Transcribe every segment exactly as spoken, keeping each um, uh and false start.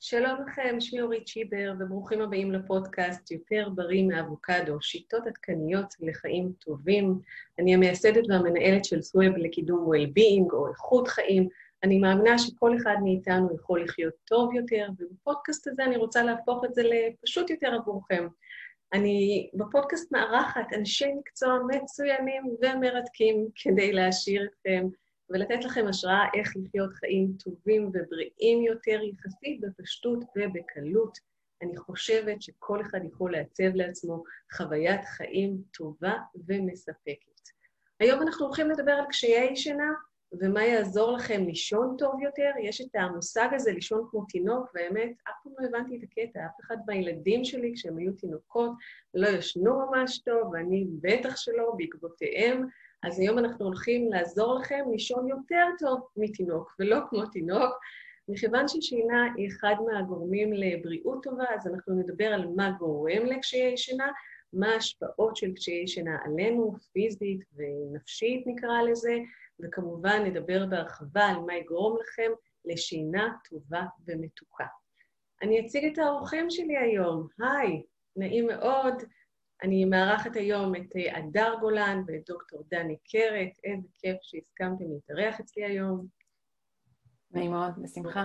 שלום לכם, שמי אורית שיבר, וברוכים הבאים לפודקאסט יותר בריא מאבוקדו, שיטות עדכניות לחיים טובים. אני המייסדת והמנהלת של סוואב לקידום well-being או איכות חיים. אני מאמינה שכל אחד מאיתנו יכול לחיות טוב יותר, ובפודקאסט הזה אני רוצה להפוך את זה לפשוט יותר עבורכם. אני בפודקאסט מארחת אנשי מקצוע מצוינים ומרתקים כדי להשאיר אתכם, ולתת לכם השראה איך לחיות חיים טובים ובריאים יותר יחסית בפשטות ובקלות. אני חושבת שכל אחד יכול לעצב לעצמו חוויית חיים טובה ומספקת. היום אנחנו הולכים לדבר על קשיי שינה, ומה יעזור לכם לישון טוב יותר. יש את המושג הזה, לישון כמו תינוק, והאמת, אף פעם לא הבנתי את הקטע. אף אחד מהילדים שלי, כשהם היו תינוקות, לא ישנו ממש טוב, ואני בטח שלא בעקבותיהם. אז היום אנחנו הולכים לעזור לכם לישון יותר טוב מתינוק, ולא כמו תינוק. מכיוון ששינה היא אחד מהגורמים לבריאות טובה, אז אנחנו נדבר על מה גורם לקשיי שינה, מה ההשפעות של קשיי שינה עלינו, פיזית ונפשית נקרא לזה, וכמובן נדבר בהרחבה על מה יגרום לכם לשינה טובה ומתוקה. אני אציג את האורחים שלי היום. היי, נעים מאוד. אני מארחת היום את הדר גולן ואת דוקטור דני קרת. איזה כיף שהסכמתם להתארח אצלי היום. נעים מאוד, בשמחה.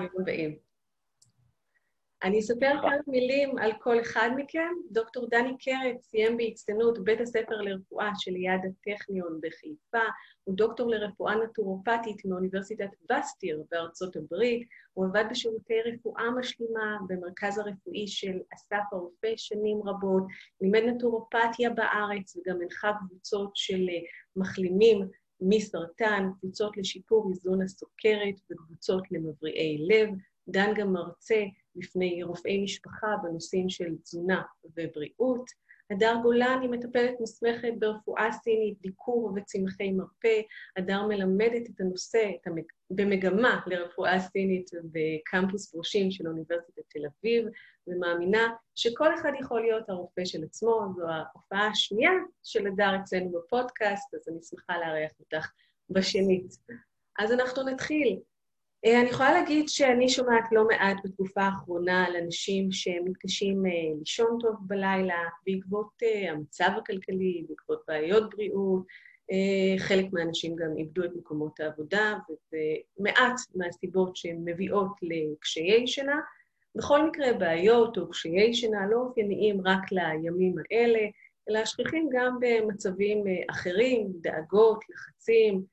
אני אספר כמה מילים על כל אחד מכם. דוקטור דני קרת סיים בהצטיינות בית הספר לרפואה שליד הטכניון בחיפה. הוא דוקטור לרפואה נטורופטית מאוניברסיטת וסטיר בארצות הברית. הוא עבד בשירותי רפואה משלימה במרכז הרפואי של אסף הרופא שנים רבות. לימד נטורופתיה בארץ וגם הנחה קבוצות של מחלימים מסרטן, קבוצות לשיפור איזון הסוכרת וקבוצות למבריאי לב. דן גם מרצה בפני רופאי משפחה בנושאים של תזונה ובריאות. הדר גולן היא מטפלת מוסמכת ברפואה סינית, דיקור וצמחי מרפא. הדר מלמדת את הנושא את המג... במגמה לרפואה סינית בקמפוס ברושים של אוניברסיטת תל אביב, ומאמינה שכל אחד יכול להיות הרופא של עצמו. זו ההופעה השנייה של הדר אצלנו בפודקאסט, אז אני שמחה לארח אותך בשנית. אז אנחנו נתחיל. אני יכולה להגיד שאני שומעת לא מעט בתקופה האחרונה על אנשים שמתקשים לישון טוב בלילה, בעקבות המצב הכלכלי, בעקבות בעיות בריאות. חלק מהאנשים גם איבדו את מקומות העבודה, ומעט מהסיבות שהן מביאות לקשיי שינה. בכל מקרה, בעיות או קשיי שינה לא אופייניים רק לימים האלה, אלא שכיחים גם במצבים אחרים, דאגות, לחצים,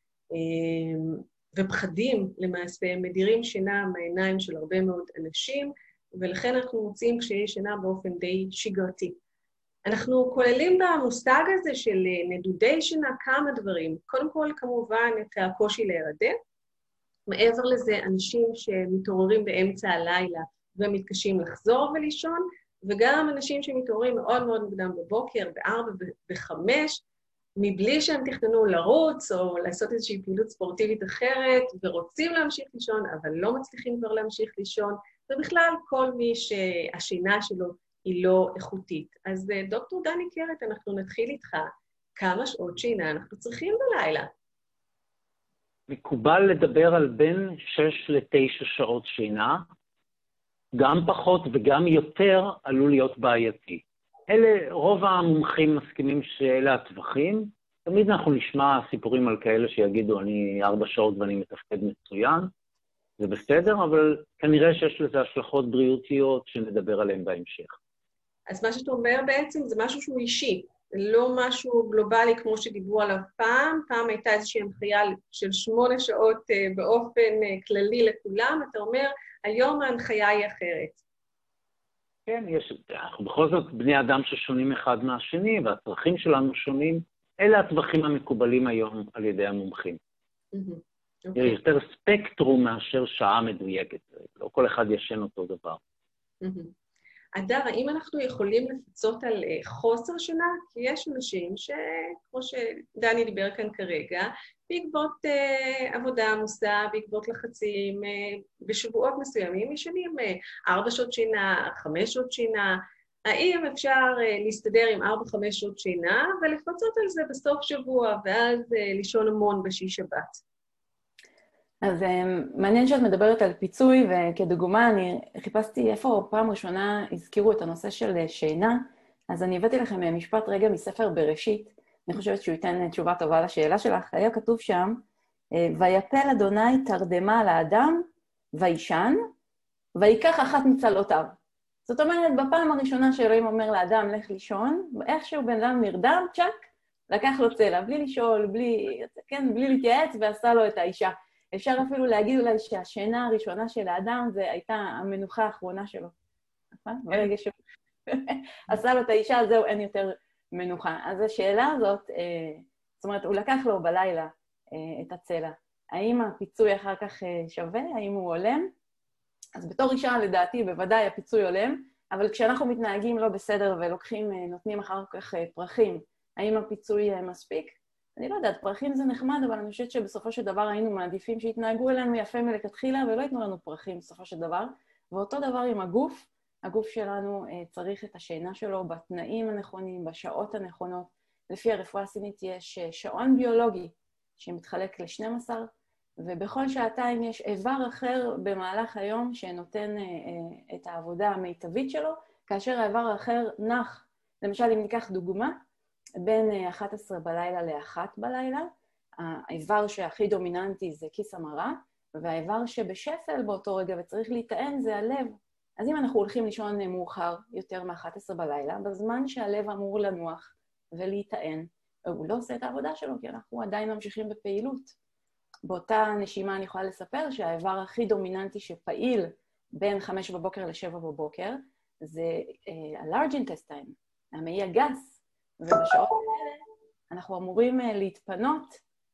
ופחדים למעשה מדירים שינה מהעיניים של הרבה מאוד אנשים, ולכן אנחנו מוצאים קשיי שינה באופן די שגרתי. אנחנו כוללים במושג הזה של נדודי שינה כמה דברים. קודם כל, כמובן, את הקושי להירדם. מעבר לזה, אנשים שמתעוררים באמצע הלילה ומתקשים לחזור ולישון, וגם אנשים שמתעוררים מאוד מאוד מוקדם בבוקר, בארבע ובחמש, מבלי שהם תכננו לרוץ או לעשות איזושהי פעילות ספורטיבית אחרת, ורוצים להמשיך לישון, אבל לא מצליחים כבר להמשיך לישון, ובכלל כל מי שהשינה שלו היא לא איכותית. אז דוקטור דני קרת, אנחנו נתחיל איתך. כמה שעות שינה אנחנו צריכים בלילה? מקובל לדבר על בין שש לתשע שעות שינה, גם פחות וגם יותר עלול להיות בעייתי. אלה, רוב המומחים מסכימים שאלה הטווחים. תמיד אנחנו נשמע סיפורים על כאלה שיגידו, אני ארבע שעות ואני מתפקד מצוין. זה בסדר, אבל כנראה שיש לזה השלכות בריאותיות שנדבר עליהן בהמשך. אז מה שאתה אומר בעצם זה משהו שהוא אישי, לא משהו גלובלי כמו שדיברו עליו פעם. פעם הייתה איזושהי הנחיה של שמונה שעות באופן כללי לכולם. אתה אומר, היום ההנחיה היא אחרת. כן, יש, אנחנו בכל זאת בני אדם ששונים אחד מהשני, והצרכים שלנו שונים. אלה הטווחים המקובלים היום על ידי המומחים. Mm-hmm. Okay. יש יותר ספקטרום מאשר שעה מדויקת. לא כל אחד ישן אותו דבר. Mm-hmm. הדר, האם אנחנו יכולים לפצות על חוסר שינה? כי יש אנשים שכמו שדני דיבר כאן כרגע, בעקבות uh, עבודה עמוסה, בעקבות לחצים, uh, בשבועות מסוימים, ישנים uh, ארבע שעות שינה, חמש שעות שינה. האם אפשר uh, להסתדר עם ארבע, חמש שעות שינה, ולפצות על זה בסוף שבוע, ואז uh, לישון המון בשישי שבת? אז מעניין שאת מדברת על פיצוי, וכדוגמה אני חיפשתי איפה פעם ראשונה הזכירו את הנושא של שינה, אז אני הבאתי לכם משפט רגע מספר בראשית, אני חושבת שהוא ייתן תשובה טובה לשאלה שלך. היה כתוב שם, ויפל אדוני תרדמה לאדם, וישן, ויקח אחת מצלעותיו. זאת אומרת, בפעם הראשונה שאלוהים אומר לאדם, לך לישון, איכשהו בן אדם נרדם, צ'ק, לקח לו צלע, בלי לשאול, בלי, כן, בלי להתייעץ, ועשה לו את האישה. אפשר אפילו להגיד אולי שהשינה הראשונה של האדם, זה הייתה המנוחה האחרונה שלו. נכון? ברגע שהוא עשה לו את האישה, זהו, אין יותר מנוחה. אז השאלה הזאת, זאת אומרת, הוא לקח לו בלילה את הצלע. האם הפיצוי אחר כך שווה? האם הוא הולם? אז בתור אישה, לדעתי, בוודאי הפיצוי הולם, אבל כשאנחנו מתנהגים לא בסדר ולוקחים, נותנים אחר כך פרחים, האם הפיצוי מספיק? אני לא יודעת, פרחים זה נחמד, אבל אני חושבת שבסופו של דבר היינו מעדיפים שהתנהגו אלינו יפה מלכתחילה, ולא ייתנו לנו פרחים בסופו של דבר. ואותו דבר עם הגוף, הגוף שלנו צריך את השינה שלו בתנאים הנכונים, בשעות הנכונות. לפי הרפואה הסינית יש שעון ביולוגי שמתחלק ל-שתים עשרה, ובכל שעתיים יש איבר אחר במהלך היום שנותן את העבודה המיטבית שלו, כאשר האיבר האחר נח. למשל, אם ניקח דוגמה, בין אחת עשרה בלילה ל-אחת בלילה, האיבר שהכי דומיננטי זה כיס המרה, והאיבר שבשפל באותו רגע וצריך להיטען זה הלב. אז אם אנחנו הולכים לישון מאוחר יותר מ-אחת עשרה בלילה, בזמן שהלב אמור לנוח ולהיטען, הוא לא עושה את העבודה שלו, כי אנחנו עדיין ממשיכים בפעילות. באותה נשימה אני יכולה לספר שהאיבר הכי דומיננטי שפעיל בין חמש בבוקר לשבע בבוקר, זה ה-large intestine, המעי הגס, ובשעות האלה אנחנו אמורים להתפנות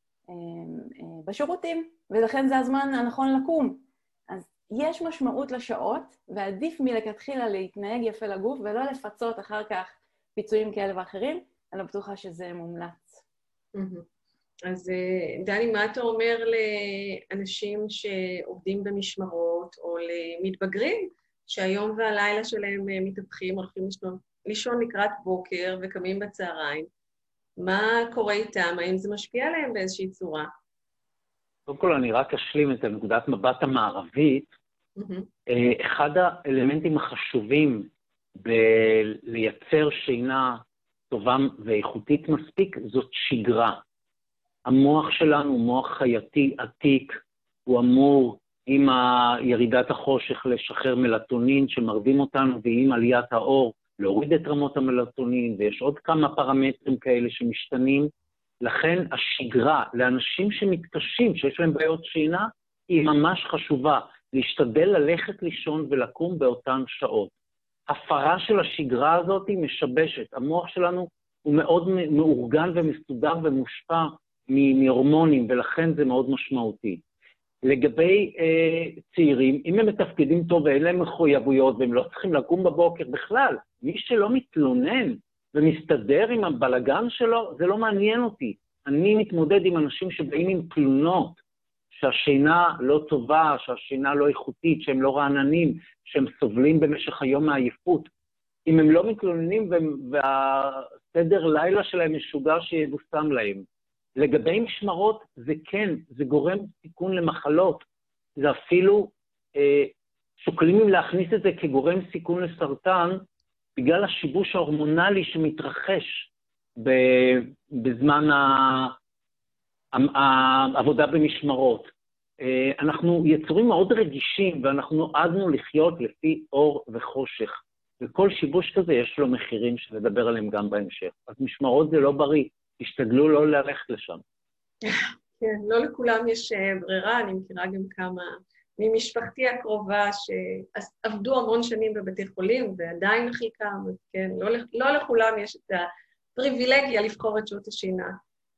בשירותים, ולכן זה הזמן הנכון לקום. אז יש משמעות לשעות, ועדיף מלכתחילה להתנהג יפה לגוף, ולא לפצות אחר כך פיצויים כאלה ואחרים, אני לא בטוחה שזה מומלץ. אז דני, מה אתה אומר לאנשים שעובדים במשמרות, או למתבגרים, שהיום והלילה שלהם מתהפכים, הולכים לישון, לישון לקראת בוקר וקמים בצהריים? מה קורה איתם? האם זה משפיע עליהם באיזושהי צורה? קודם כל, אני רק אשלים את נקודת מבט המערבית. אחד האלמנטים החשובים בלייצר שינה טובה ואיכותית מספיק, זאת שגרה. המוח שלנו הוא מוח חייתי עתיק, הוא אמור עם ירידת החושך לשחרר מלטונין שמרדים אותנו, ועם עליית האור להוריד את רמות המלטונין, ויש עוד כמה פרמטרים כאלה שמשתנים. לכן השגרה לאנשים שמתקשים, שיש להם בעיות שינה, היא ממש חשובה, להשתדל ללכת לישון ולקום באותן שעות. הפרה של השגרה הזאת היא משבשת. המוח שלנו הוא מאוד מאורגן ומסודר ומושפע מהורמונים, ולכן זה מאוד משמעותי. לגבי אה, צעירים, אם הם מתפקדים טוב ואין להם מחויבויות, והם לא צריכים לקום בבוקר בכלל, מי שלא מתלונן ומסתדר עם הבלגן שלו, זה לא מעניין אותי. אני מתמודד עם אנשים שבאים עם תלונות, שהשינה לא טובה, שהשינה לא איכותית, שהם לא רעננים, שהם סובלים במשך היום מעייפות. אם הם לא מתלוננים והסדר לילה שלהם משוגע שיבוסם להם. לגבי משמרות, זה כן, זה גורם סיכון למחלות. זה אפילו, אה, שוקלים אם להכניס את זה כגורם סיכון לסרטן, בגלל השיבוש ההורמונלי שמתרחש בזמן העבודה במשמרות. אה, אנחנו יצורים מאוד רגישים, ואנחנו נועדנו לחיות לפי אור וחושך. וכל שיבוש כזה יש לו מחירים שנדבר עליהם גם בהמשך. אז משמרות זה לא בריא. תשתדלו לא ללכת לשם. כן, לא לכולם יש ברירה, אני מכירה גם כמה ממשפחתי הקרובה שעבדו המון שנים בבתי חולים, ועדיין חלקם, כן, לא, לא לכולם יש את הפריבילגיה לבחור את שעות השינה.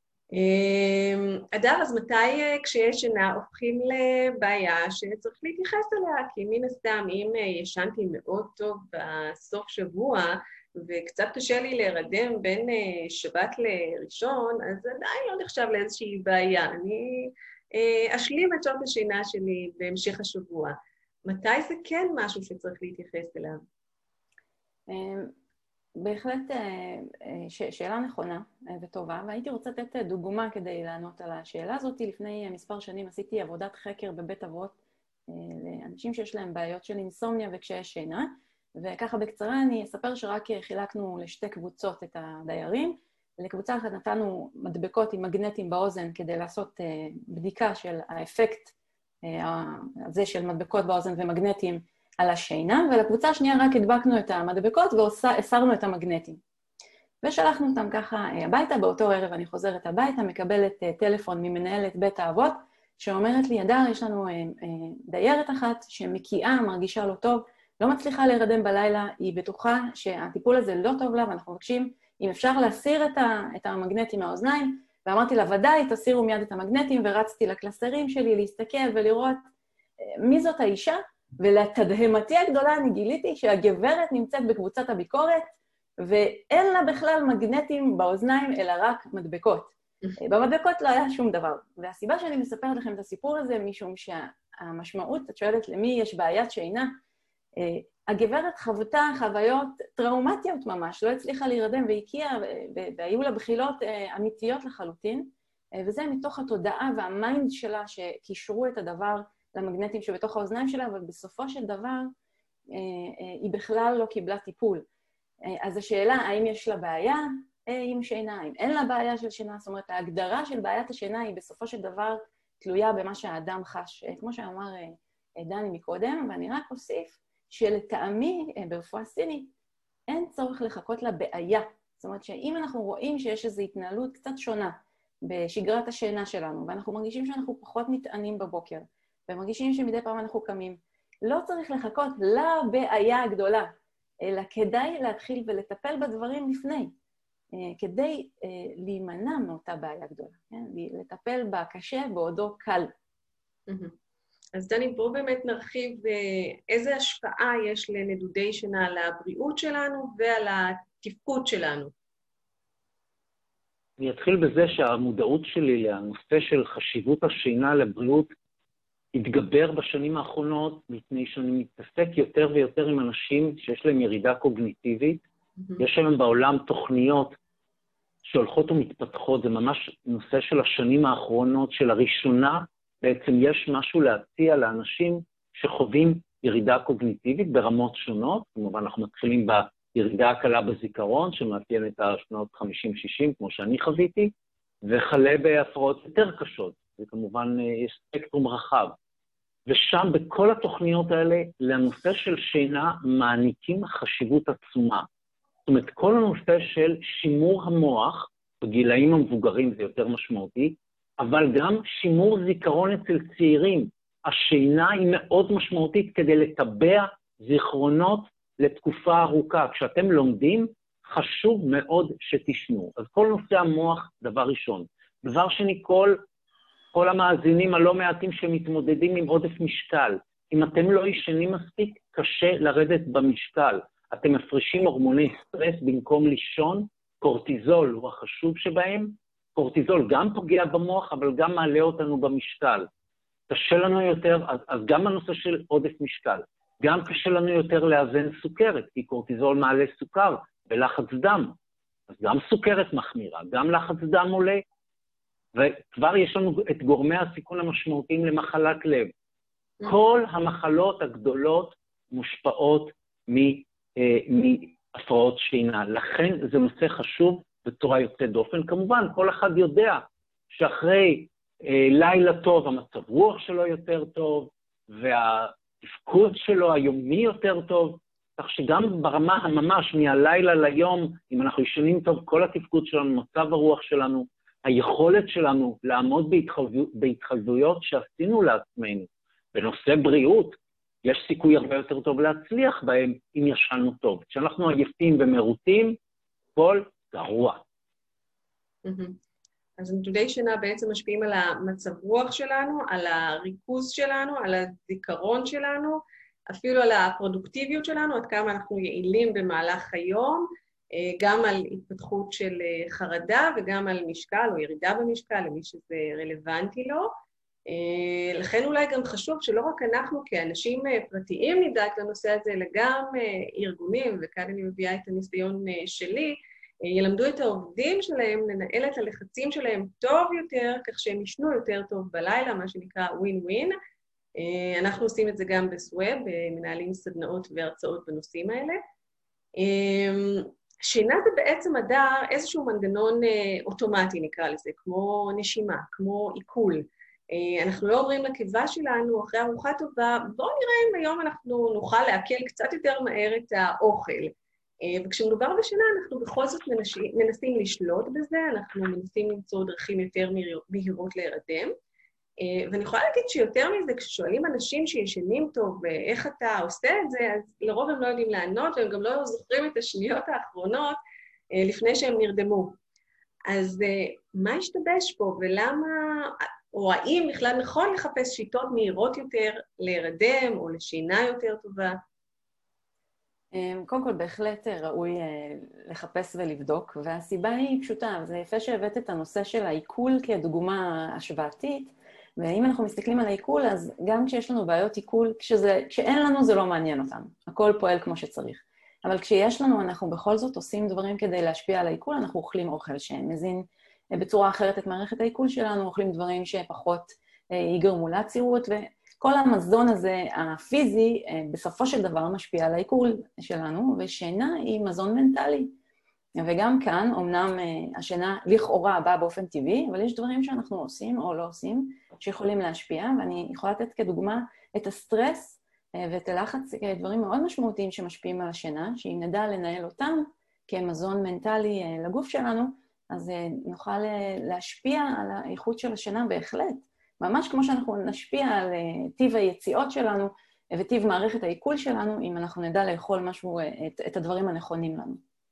אדר, אז מתי כשיש שינה הופכים לבעיה שצריך להתייחס אליה? כי מן הסתם, אם ישנתי מאוד טוב בסוף שבוע, וקצת קשה לי להירדם בין שבת לראשון, אז עדיין לא נחשב לאיזושהי בעיה. אני אשלים את שעות השינה שלי בהמשך השבוע. מתי זה כן משהו שצריך להתייחס אליו? בהחלט ש- שאלה נכונה וטובה, והייתי רוצה לתת דוגמה כדי לענות על השאלה הזאת. לפני מספר שנים עשיתי עבודת חקר בבית אבות לאנשים שיש להם בעיות של אינסומניה וקשיי שינה, וככה בקצרה אני אספר שרק חילקנו לשתי קבוצות את הדיירים. לקבוצה אחת נתנו מדבקות עם מגנטים באוזן כדי לעשות בדיקה של האפקט הזה של מדבקות באוזן ומגנטים על השינה, ולקבוצה השנייה רק הדבקנו את המדבקות והסרנו את המגנטים. ושלחנו אותם ככה הביתה. באותו ערב אני חוזרת הביתה, מקבלת טלפון ממנהלת בית האבות, שאומרת לי, הדר, יש לנו דיירת אחת שמקיאה, מרגישה לא טוב, לא מצליחה להירדם בלילה, היא בטוחה שהטיפול הזה לא טוב לה, ואנחנו מבקשים אם אפשר להסיר את, ה, את המגנטים מהאוזניים, ואמרתי לה, ודאי, תסירו מיד את המגנטים, ורצתי לקלסרים שלי להסתכל ולראות מי זאת האישה, ולתדהמתי הגדולה אני גיליתי שהגברת נמצאת בקבוצת הביקורת, ואין לה בכלל מגנטים באוזניים, אלא רק מדבקות. במדבקות לא היה שום דבר. והסיבה שאני מספרת לכם את הסיפור הזה, משום שהמשמעות, את שואלת למי יש בעיית שינה, הגברת חוותה חוויות טראומטיות ממש, לא הצליחה להירדם והקיאה, והיו לה בחילות אמיתיות לחלוטין, וזה מתוך התודעה והמיינד שלה שקישרו את הדבר למגנטים שבתוך האוזניים שלה, אבל בסופו של דבר היא בכלל לא קיבלה טיפול. אז השאלה, האם יש לה בעיה עם שינה, האם אין לה בעיה של שינה, זאת אומרת, ההגדרה של בעיית השינה היא בסופו של דבר תלויה במה שהאדם חש, כמו שאמר דני מקודם, ואני רק אוסיף שלטעמי ברפואה סינית אין צורך לחכות לבעיה. זאת אומרת שאם אנחנו רואים שיש איזו התנהלות קצת שונה בשגרת השינה שלנו, ואנחנו מרגישים שאנחנו פחות נטענים בבוקר, ומרגישים שמדי פעם אנחנו קמים, לא צריך לחכות לבעיה הגדולה, אלא כדאי להתחיל ולטפל בדברים לפני, כדי להימנע מאותה בעיה גדולה, כן? לטפל בקשה בעודו קל. אז דני, בואו באמת נרחיב איזה השפעה יש לנדודי שינה על הבריאות שלנו ועל התפקוד שלנו. אני אתחיל בזה שהמודעות שלי לנושא של חשיבות השינה לבריאות התגבר בשנים האחרונות, מפני שאני מתעסק יותר ויותר עם אנשים שיש להם ירידה קוגניטיבית. Mm-hmm. יש היום בעולם תוכניות שהולכות ומתפתחות, זה ממש נושא של השנים האחרונות, של הראשונה, בעצם יש משהו להציע לאנשים שחווים ירידה קוגניטיבית ברמות שונות. כמובן אנחנו מתחילים בירידה הקלה בזיכרון, שמאפיין את השנות חמישים שישים, כמו שאני חוויתי, וחלה בהפרעות יותר קשות. וכמובן יש ספקטרום רחב. ושם בכל התוכניות האלה, לנושא של שינה מעניקים חשיבות עצומה. זאת אומרת, כל הנושא של שימור המוח, בגילאים המבוגרים זה יותר משמעותי, אבל גם שימור זיכרון אצל צעירים. השינה היא מאוד משמעותית כדי לטבע זיכרונות לתקופה ארוכה. כשאתם לומדים, חשוב מאוד שתשנו. אז כל נושא המוח, דבר ראשון. דבר שני, כל, כל המאזינים הלא מעטים שמתמודדים עם עודף משקל. אם אתם לא ישנים מספיק, קשה לרדת במשקל. אתם מפרישים הורמוני סטרס במקום לישון, קורטיזול הוא החשוב שבהם. קורטיזול גם פוגע במוח, אבל גם מעלה אותנו במשקל. קשה לנו יותר, אז, אז גם הנושא של עודף משקל. גם קשה לנו יותר לאזן סוכרת, כי קורטיזול מעלה סוכר ולחץ דם. אז גם סוכרת מחמירה, גם לחץ דם עולה, וכבר יש לנו את גורמי הסיכון המשמעותיים למחלת לב. כל המחלות הגדולות מושפעות מהפרעות שינה. לכן זה נושא חשוב בצורה יוצאת דופן. כמובן, כל אחד יודע שאחרי אה, לילה טוב, המצב רוח שלו יותר טוב, והתפקוד שלו היומי יותר טוב, כך שגם ברמה הממש, מהלילה ליום, אם אנחנו ישנים טוב, כל התפקוד שלנו, מצב הרוח שלנו, היכולת שלנו לעמוד בהתחייבויות, בהתחייבויות שעשינו לעצמנו, בנושא בריאות, יש סיכוי הרבה יותר טוב להצליח בהם אם ישנו טוב. כשאנחנו עייפים ומרוטים, כל גרוע. אז נדודי שינה בעצם משפיעים על המצב רוח שלנו, על הריכוז שלנו, על הזיכרון שלנו, אפילו על הפרודוקטיביות שלנו, עד כמה אנחנו יעילים במהלך היום, גם על התפתחות של חרדה וגם על משקל או ירידה במשקל, למי שזה רלוונטי לו. לכן אולי גם חשוב שלא רק אנחנו כאנשים פרטיים נדאג לנושא הזה, אלא גם ארגונים, וכאן אני מביאה את הניסיון שלי, ילמדו את העובדים שלהם לנהל את הלחצים שלהם טוב יותר, כך שהם ישנו יותר טוב בלילה, מה שנקרא ווין-ווין. אנחנו עושים את זה גם בסווב, מנהלים סדנאות והרצאות בנושאים האלה. שינה זה בעצם הדר איזשהו מנגנון אוטומטי נקרא לזה, כמו נשימה, כמו עיכול. אנחנו לא אומרים לקיבה שלנו אחרי ארוחה טובה, בואו נראה אם היום אנחנו נוכל להקל קצת יותר מהר את האוכל. וכשמדובר בשינה אנחנו בכל זאת מנסים לשלוט בזה, אנחנו מנסים למצוא דרכים יותר מהירות להירדם. ואני יכולה להגיד שיותר מזה, כששואלים אנשים שישנים טוב איך אתה עושה את זה, אז לרוב הם לא יודעים לענות, והם גם לא זוכרים את השניות האחרונות לפני שהם נרדמו. אז מה השתבש פה, ולמה, או האם בכלל נכון לחפש שיטות מהירות יותר להירדם, או לשינה יותר טובה? קודם כל, בהחלט ראוי לחפש ולבדוק, והסיבה היא פשוטה, זה יפה שהבאת את הנושא של העיכול כדוגמה השוואתית, ואם אנחנו מסתכלים על העיכול, אז גם כשיש לנו בעיות עיכול, כשזה, כשאין לנו זה לא מעניין אותנו, הכל פועל כמו שצריך. אבל כשיש לנו, אנחנו בכל זאת עושים דברים כדי להשפיע על העיכול, אנחנו אוכלים אוכל שמזין בצורה אחרת את מערכת העיכול שלנו, אוכלים דברים שפחות יגרמו לעצירות, וכל המזון הזה, הפיזי, בסופו של דבר משפיע על העיכול שלנו, ושינה היא מזון מנטלי. וגם כאן, אמנם השינה לכאורה באה באופן טבעי, אבל יש דברים שאנחנו עושים או לא עושים, שיכולים להשפיע, ואני יכולה לתת כדוגמה את הסטרס ואת הלחץ, דברים מאוד משמעותיים שמשפיעים על השינה, שאם נדע לנהל אותם כמזון מנטלי לגוף שלנו, אז נוכל להשפיע על האיכות של השינה בהחלט. ממש כמו שאנחנו נשפיע על טיב היציאות שלנו וטיב מערכת העיכול שלנו, אם אנחנו נדע לאכול משהו, את, את הדברים הנכונים לנו.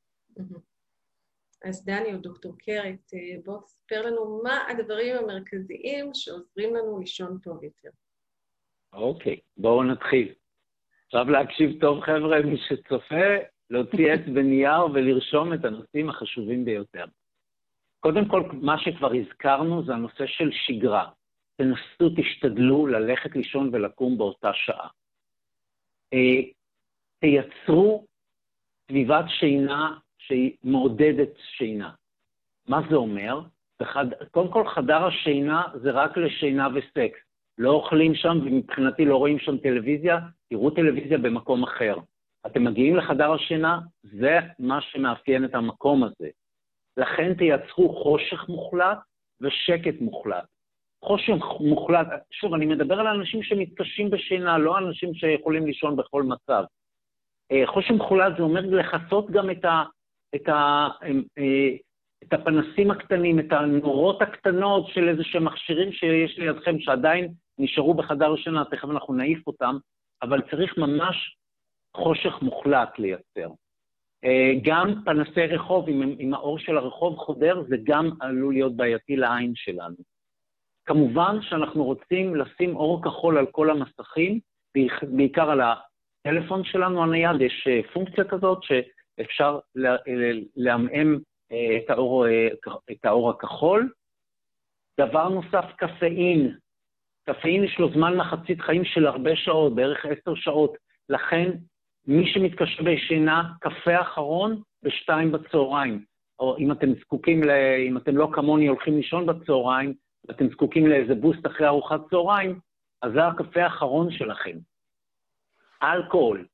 אז דני או דוקטור קרת, בוא תספר לנו מה הדברים המרכזיים שעוזרים לנו לישון טוב יותר. אוקיי, בואו נתחיל. עכשיו להקשיב טוב חבר'ה, מי שצופה, להוציא עט בנייר ולרשום את הנושאים החשובים ביותר. קודם כל, מה שכבר הזכרנו זה הנושא של שגרה. תנסו, תשתדלו ללכת לישון ולקום באותה שעה. תייצרו סביבת שינה שהיא מעודדת שינה. מה זה אומר? בחד... קודם כל, חדר השינה זה רק לשינה וסקס. לא אוכלים שם, ומבחינתי לא רואים שם טלוויזיה, תראו טלוויזיה במקום אחר. אתם מגיעים לחדר השינה, זה מה שמאפיין את המקום הזה. לכן תייצרו חושך מוחלט ושקט מוחלט. חושך מוחלט, שוב, אני מדבר על אנשים שמתקשים בשינה, לא אנשים שיכולים לישון בכל מצב. חושך מוחלט זה אומר לחסות גם את ה... את, ה, את הפנסים הקטנים, את הנורות הקטנות של איזה שהם מכשירים שיש לידכם שעדיין נשארו בחדר השינה, תכף אנחנו נעיף אותם, אבל צריך ממש חושך מוחלט לייצר. גם פנסי רחוב, עם, עם האור של הרחוב חודר, זה גם עלול להיות בעייתי לעין שלנו. כמובן שאנחנו רוצים לשים אור כחול על כל המסכים, בעיקר על הטלפון שלנו הנייד, יש פונקציה כזאת ש... אפשר להמאם את האור, את האור הכחול. דבר נוסף, קפאין. קפאין יש לו זמן מחצית חיים של הרבה שעות, בערך עשר שעות. לכן, מי שמתקשה בשינה, קפה אחרון בשתיים בצהריים. או אם אתם זקוקים, ל... אם אתם לא כמוני הולכים לישון בצהריים, ואתם זקוקים לאיזה בוסט אחרי ארוחת צהריים, אז זה הקפה האחרון שלכם. אלכוהול.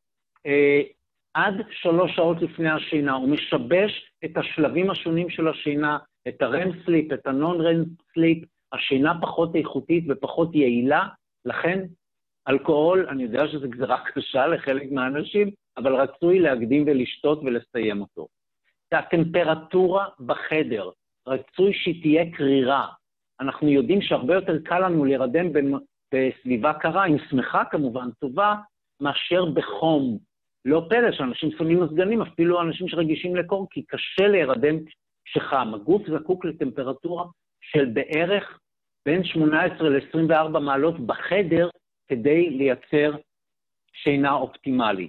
עד שלוש שעות לפני השינה, הוא משבש את השלבים השונים של השינה, את ה-רם סליפ, את ה-non-רם סליפ, השינה פחות איכותית ופחות יעילה, לכן אלכוהול, אני יודע שזה גזרה קשה לחלק מהאנשים, אבל רצוי להקדים ולשתות ולסיים אותו. הטמפרטורה בחדר, רצוי שהיא תהיה קרירה. אנחנו יודעים שהרבה יותר קל לנו להירדם בסביבה קרה, עם שמחה כמובן טובה, מאשר בחום. לא פלא שאנשים שמים מזגנים, אפילו אנשים שרגישים לקור, כי קשה להירדם כשחם. הגוף זקוק לטמפרטורה של בערך בין שמונה עשרה ל-עשרים וארבע מעלות בחדר, כדי לייצר שינה אופטימלית.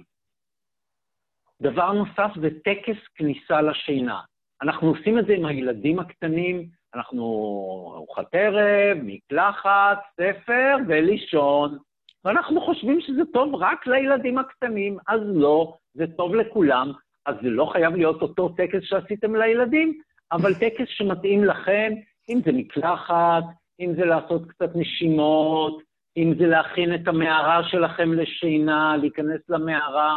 דבר נוסף זה טקס כניסה לשינה. אנחנו עושים את זה עם הילדים הקטנים, אנחנו ארוחת ערב, מקלחת, ספר ולישון. ואנחנו חושבים שזה טוב רק לילדים הקטנים, אז לא, זה טוב לכולם. אז זה לא חייב להיות אותו טקס שעשיתם לילדים, אבל טקס שמתאים לכם, אם זה מקלחת, אם זה לעשות קצת נשימות, אם זה להכין את המערה שלכם לשינה, להיכנס למערה.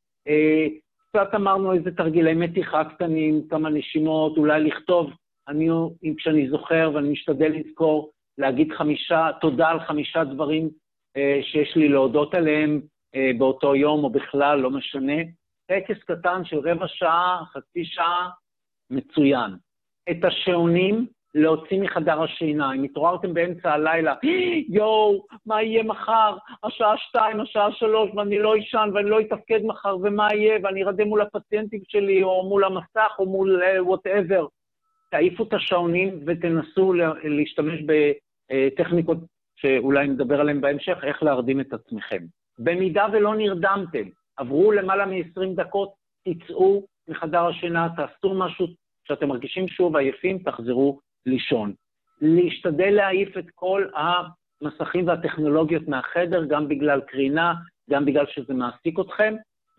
קצת אמרנו איזה תרגילי מתיחה קטנים, כמה נשימות, אולי לכתוב, אני, כשאני זוכר ואני משתדל לזכור, להגיד חמישה, תודה על חמישה דברים שיש לי להודות עליהם באותו יום או בכלל, לא משנה. טקס קטן של רבע שעה, חצי שעה, מצוין. את השעונים להוציא מחדר השינה. אם התעוררתם באמצע הלילה, יואו, מה יהיה מחר? השעה שתיים, השעה שלוש, ואני לא אישן ואני לא אתפקד מחר, ומה יהיה? ואני ארדם מול הפציינטים שלי, או מול המסך, או מול whatever. תעיפו את השעונים ותנסו להשתמש בטכניקות שאולי נדבר עליהן בהמשך, איך להרדים את עצמכם. במידה ולא נרדמתם, עברו למעלה מ-עשרים דקות, תצאו מחדר השינה, תעשו משהו שאתם מרגישים שוב עייפים, תחזרו לישון. להשתדל להעיף את כל המסכים והטכנולוגיות מהחדר, גם בגלל קרינה, גם בגלל שזה מעסיק אתכם,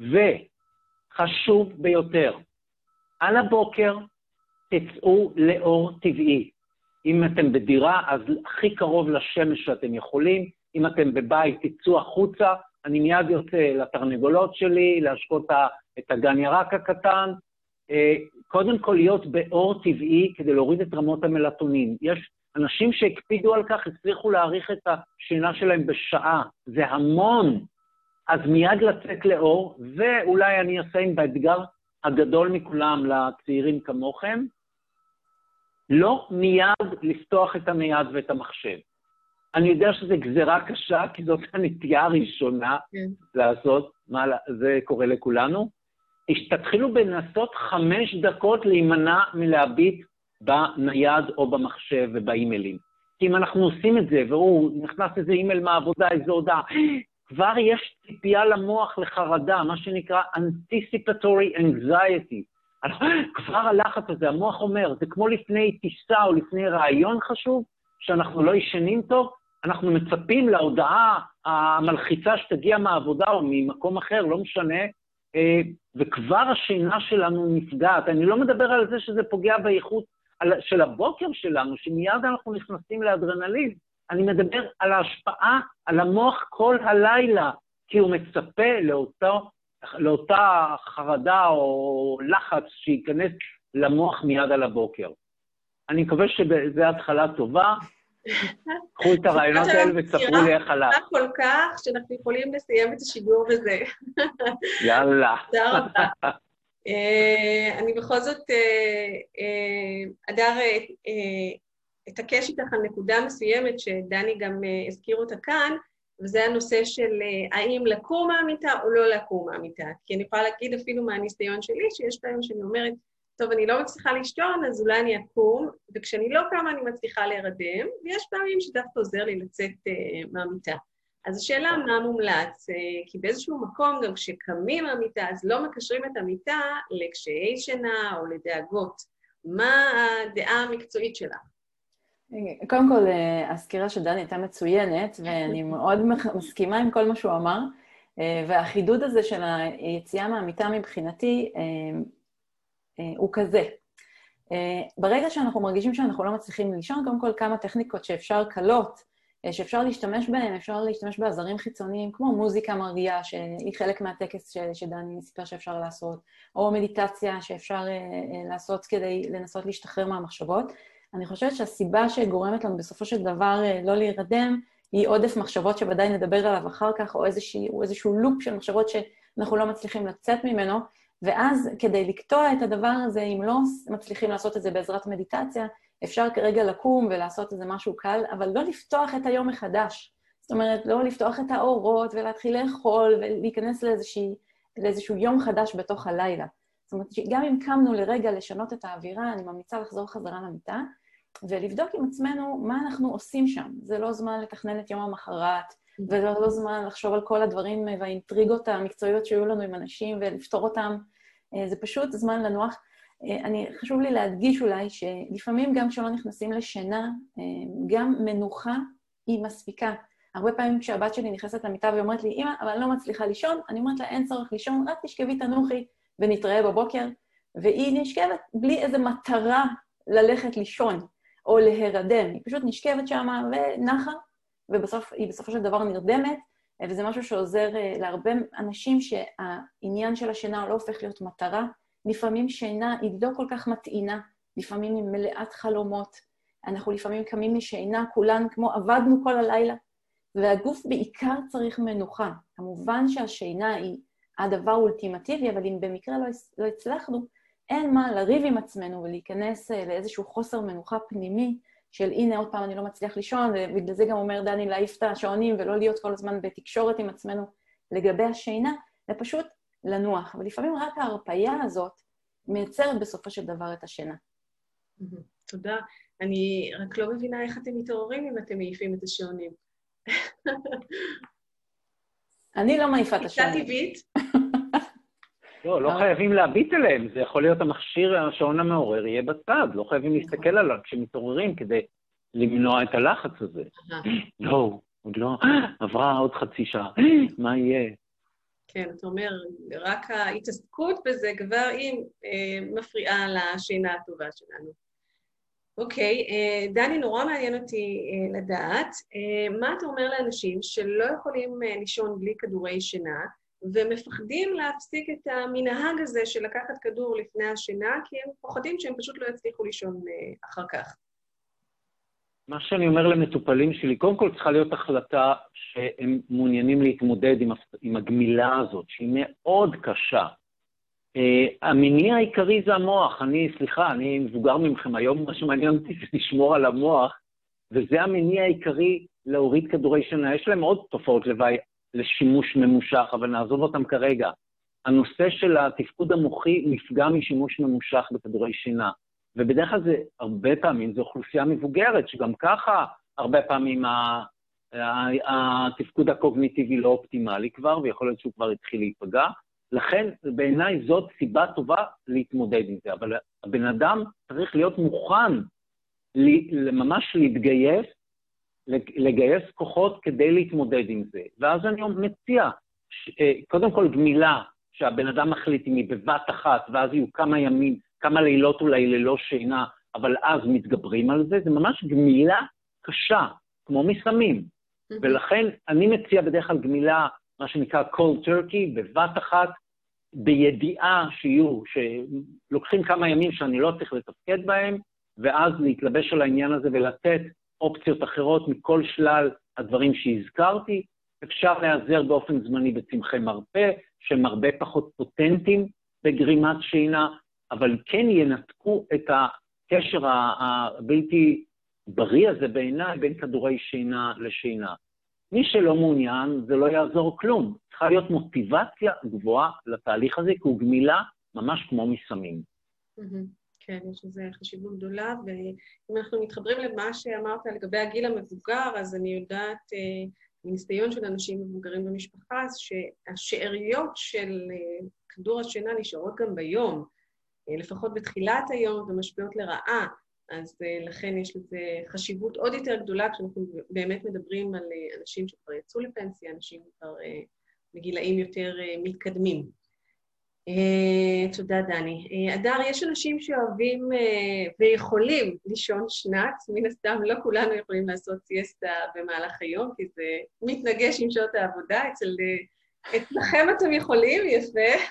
וחשוב ביותר, על הבוקר תצאו לאור טבעי. אם אתם בדירה, אז הכי קרוב לשמש שאתם יכולים, אם אתם בבית, תצאו החוצה, אני מיד יוצא לתרנגולות שלי, להשקות את הגן ירק הקטן, קודם כל להיות באור טבעי כדי להוריד את רמות המלטונין. יש אנשים שהקפידו על כך, הצליחו להאריך את השינה שלהם בשעה, זה המון, אז מיד לצאת לאור, ואולי אני אסיים באתגר הגדול מכולם לצעירים כמוכם, לא מיד לפתוח את הנייד ואת המחשב. אני יודע שזה גזרה קשה, כי זאת הנטייה הראשונה לעשות, מה זה קורה לכולנו. תתחילו בנסות חמש דקות להימנע מלהביט בנייד או במחשב ובאימיילים. כי אם אנחנו עושים את זה, והוא נכנס איזה אימייל מהעבודה, איזו הודעה, כבר יש ציפייה למוח לחרדה, מה שנקרא anticipatory anxiety. כבר הלחץ הזה, המוח אומר, זה כמו לפני טיסה או לפני רעיון חשוב, שאנחנו לא ישנים טוב, אנחנו מצפים להודעה המלחיצה שתגיע מהעבודה או ממקום אחר, לא משנה, וכבר השינה שלנו נפגעת. אני לא מדבר על זה שזה פוגע באיכות של הבוקר שלנו, שמיד אנחנו נכנסים לאדרנלין. אני מדבר על ההשפעה על המוח כל הלילה, כי הוא מצפה לאותו, לאותה חרדה או לחץ שייכנס למוח מיד על הבוקר. אני מקווה שזו התחלה טובה. קחו את הרעיונות האלה וספרו לי איך הלך. כל כך שאנחנו יכולים לסיים את השידור בזה. יאללה. תודה רבה. אני בכל זאת, אדר, אתעקש איתך על נקודה מסוימת שדני גם הזכיר אותה כאן, וזה הנושא של האם לקום מהמיטה או לא לקום מהמיטה. כי אני יכולה להגיד אפילו מהניסיון שלי, שיש פעמים שאני אומרת, טוב, אני לא מצליחה לישון, אז אולי אני אקום, וכשאני לא קמה אני מצליחה להירדם, ויש פעמים שדווקא עוזר לי לצאת uh, מהמיטה. אז השאלה מה מומלץ, uh, כי באיזשהו מקום, גם כשקמים מהמיטה, אז לא מקשרים את המיטה לקשיי שינה או לדאגות. מה הדעה המקצועית שלך? קודם כל, הסקירה של דני הייתה מצוינת, ואני מאוד מסכימה עם כל מה שהוא אמר, והחידוד הזה של היציאה מהמיטה מבחינתי, הוא כזה. ברגע שאנחנו מרגישים שאנחנו לא מצליחים לישון, קודם כל כמה טכניקות שאפשר קלות, שאפשר להשתמש בהן, אפשר להשתמש בעזרים חיצוניים, כמו מוזיקה מרגיעה, שהיא חלק מהטקס שדני סיפר שאפשר לעשות, או מדיטציה שאפשר לעשות כדי לנסות להשתחרר מהמחשבות. אני חושבת שהסיבה שגורמת לנו בסופו של דבר לא להירדם, היא עודף מחשבות שבוודאי נדבר עליו אחר כך, או איזשהו, איזשהו לופ של מחשבות שאנחנו לא מצליחים לצאת ממנו, ואז כדי לקטוע את הדבר הזה, אם לא מצליחים לעשות את זה בעזרת מדיטציה, אפשר כרגע לקום ולעשות איזה משהו קל, אבל לא לפתוח את היום מחדש. זאת אומרת, לא לפתוח את האורות ולהתחיל לאכול ולהיכנס לאיזושהי, לאיזשהו יום חדש בתוך הלילה. זאת אומרת, גם אם קמנו לרגע לשנות את האווירה, אני ממליצה לחזור חזרה למיטה, ולבדוק עם עצמנו מה אנחנו עושים שם. זה לא זמן לתכנן את יום המחרת, וזה לא זמן לחשוב על כל הדברים והאינטריגות המקצועיות שהיו לנו עם אנשים ולפתור אותם. זה פשוט זמן לנוח. אני, חשוב לי להדגיש אולי שלפעמים גם כשלא נכנסים לשינה, גם מנוחה היא מספיקה. הרבה פעמים כשהבת שלי נכנסת למיטה ואומרת לי, אמא, אבל אני לא מצליחה לישון, אני אומרת לה, אין צורך לישון, רק תשכבי תנוחי ונתראה בבוקר, והיא נשכבת בלי איזו מטרה ללכת לישון או להירדם. היא פשוט נשכבת שם ונחה, ובסוף היא בסופו של דבר נרדמת, וזה משהו שעוזר להרבה אנשים שהעניין של השינה לא הופך להיות מטרה. לפעמים שינה היא לא כל כך מתאינה, לפעמים היא מלאת חלומות. אנחנו לפעמים קמים משינה, כולן כמו עבדנו כל הלילה, והגוף בעיקר צריך מנוחה. כמובן שהשינה היא הדבר האולטימטיבי, אבל אם במקרה לא, לא הצלחנו, אין מה לריב עם עצמנו ולהיכנס לאיזשהו חוסר מנוחה פנימי, של הנה עוד פעם אני לא מצליח לישון, ובגלל זה גם אומר דני להעיף את השעונים ולא להיות כל הזמן בתקשורת עם עצמנו לגבי השינה, זה פשוט לנוח. ולפעמים רק ההרפאיה הזאת מייצרת בסופו של דבר את השינה. תודה. אני רק לא מבינה איך אתם מתעוררים אם אתם מעיפים את השעונים. אני לא מעיפה את השעונים. קצת טבעית. לא, לא חייבים להביט אליהם, זה יכול להיות המכשיר, השעון המעורר יהיה בצד, לא חייבים להסתכל עליו כשמתעוררים כדי למנוע את הלחץ הזה. לא, עוד לא, עברה עוד חצי שעה, מה יהיה? כן, אתה אומר, רק ההתעסקות בזה כבר היא מפריעה לשינה הטובה שלנו. אוקיי, דני, נורא מעניין אותי לדעת, מה אתה אומר לאנשים שלא יכולים לישון בלי כדורי שינה, ומפחדים להפסיק את המנהג הזה של לקחת כדור לפני השינה, כי הם פוחדים שהם פשוט לא יצליחו לישון אחר כך. מה שאני אומר למטופלים שלי, קודם כל צריכה להיות החלטה שהם מעוניינים להתמודד עם, עם הגמילה הזאת, שהיא מאוד קשה. Uh, המניע העיקרי זה המוח. אני, סליחה, אני מבוגר ממכם היום, מה שמעניין אותי זה לשמור על המוח, וזה המניע העיקרי להוריד כדורי שינה. יש להם עוד תופעות לוואי לשימוש ממושך, אבל נעזוב אותם כרגע. הנושא של התפקוד המוחי נפגע משימוש ממושך בכדורי שינה, ובדרך כלל זה הרבה פעמים, זו אוכלוסייה מבוגרת, שגם ככה הרבה פעמים התפקוד הקוגניטיבי לא אופטימלי כבר, ויכול להיות שהוא כבר התחיל להיפגע, לכן בעיניי זאת סיבה טובה להתמודד עם זה, אבל הבן אדם צריך להיות מוכן ממש להתגייס, לגייס כוחות כדי להתמודד עם זה. ואז אני מציע, קודם כל גמילה, שהבן אדם מחליט אם היא בבת אחת, ואז יהיו כמה ימים, כמה לילות אולי ללא שינה, אבל אז מתגברים על זה, זה ממש גמילה קשה, כמו מסמים. Mm-hmm. ולכן אני מציע בדרך כלל גמילה, מה שנקרא cold turkey, בבת אחת, בידיעה שיהיו, שלוקחים כמה ימים שאני לא צריך לתפקד בהם, ואז להתלבש על העניין הזה ולתת אופציות אחרות מכל שלל הדברים שהזכרתי. אפשר להיעזר באופן זמני בצמחי מרפא, שהם הרבה פחות פוטנטים בגרימת שינה, אבל כן ינתקו את הקשר הבלתי בריא הזה בעיניי בין כדורי שינה לשינה. מי שלא מעוניין, זה לא יעזור כלום. צריכה להיות מוטיבציה גבוהה לתהליך הזה, כי הוא גמילה ממש כמו מסמים. כן, יש לזה חשיבות גדולה, ואם אנחנו מתחברים למה שאמרת לגבי הגיל המבוגר, אז אני יודעת, מניסיון של אנשים מבוגרים במשפחה, שהשאריות של כדור השינה נשארות גם ביום, לפחות בתחילת היום, ומשפיעות לרעה, אז לכן יש לזה חשיבות עוד יותר גדולה, כשאנחנו באמת מדברים על אנשים שכבר יצאו לפנסיה, אנשים כבר בגילאים יותר מתקדמים. תודה, דני. אדר, יש אנשים שאוהבים ויכולים לישון שנץ, מן הסתם לא כולנו יכולים לעשות סיאסטה במהלך היום, כי זה מתנגש עם שעות העבודה, אצל... אצלכם אתם יכולים, יפה.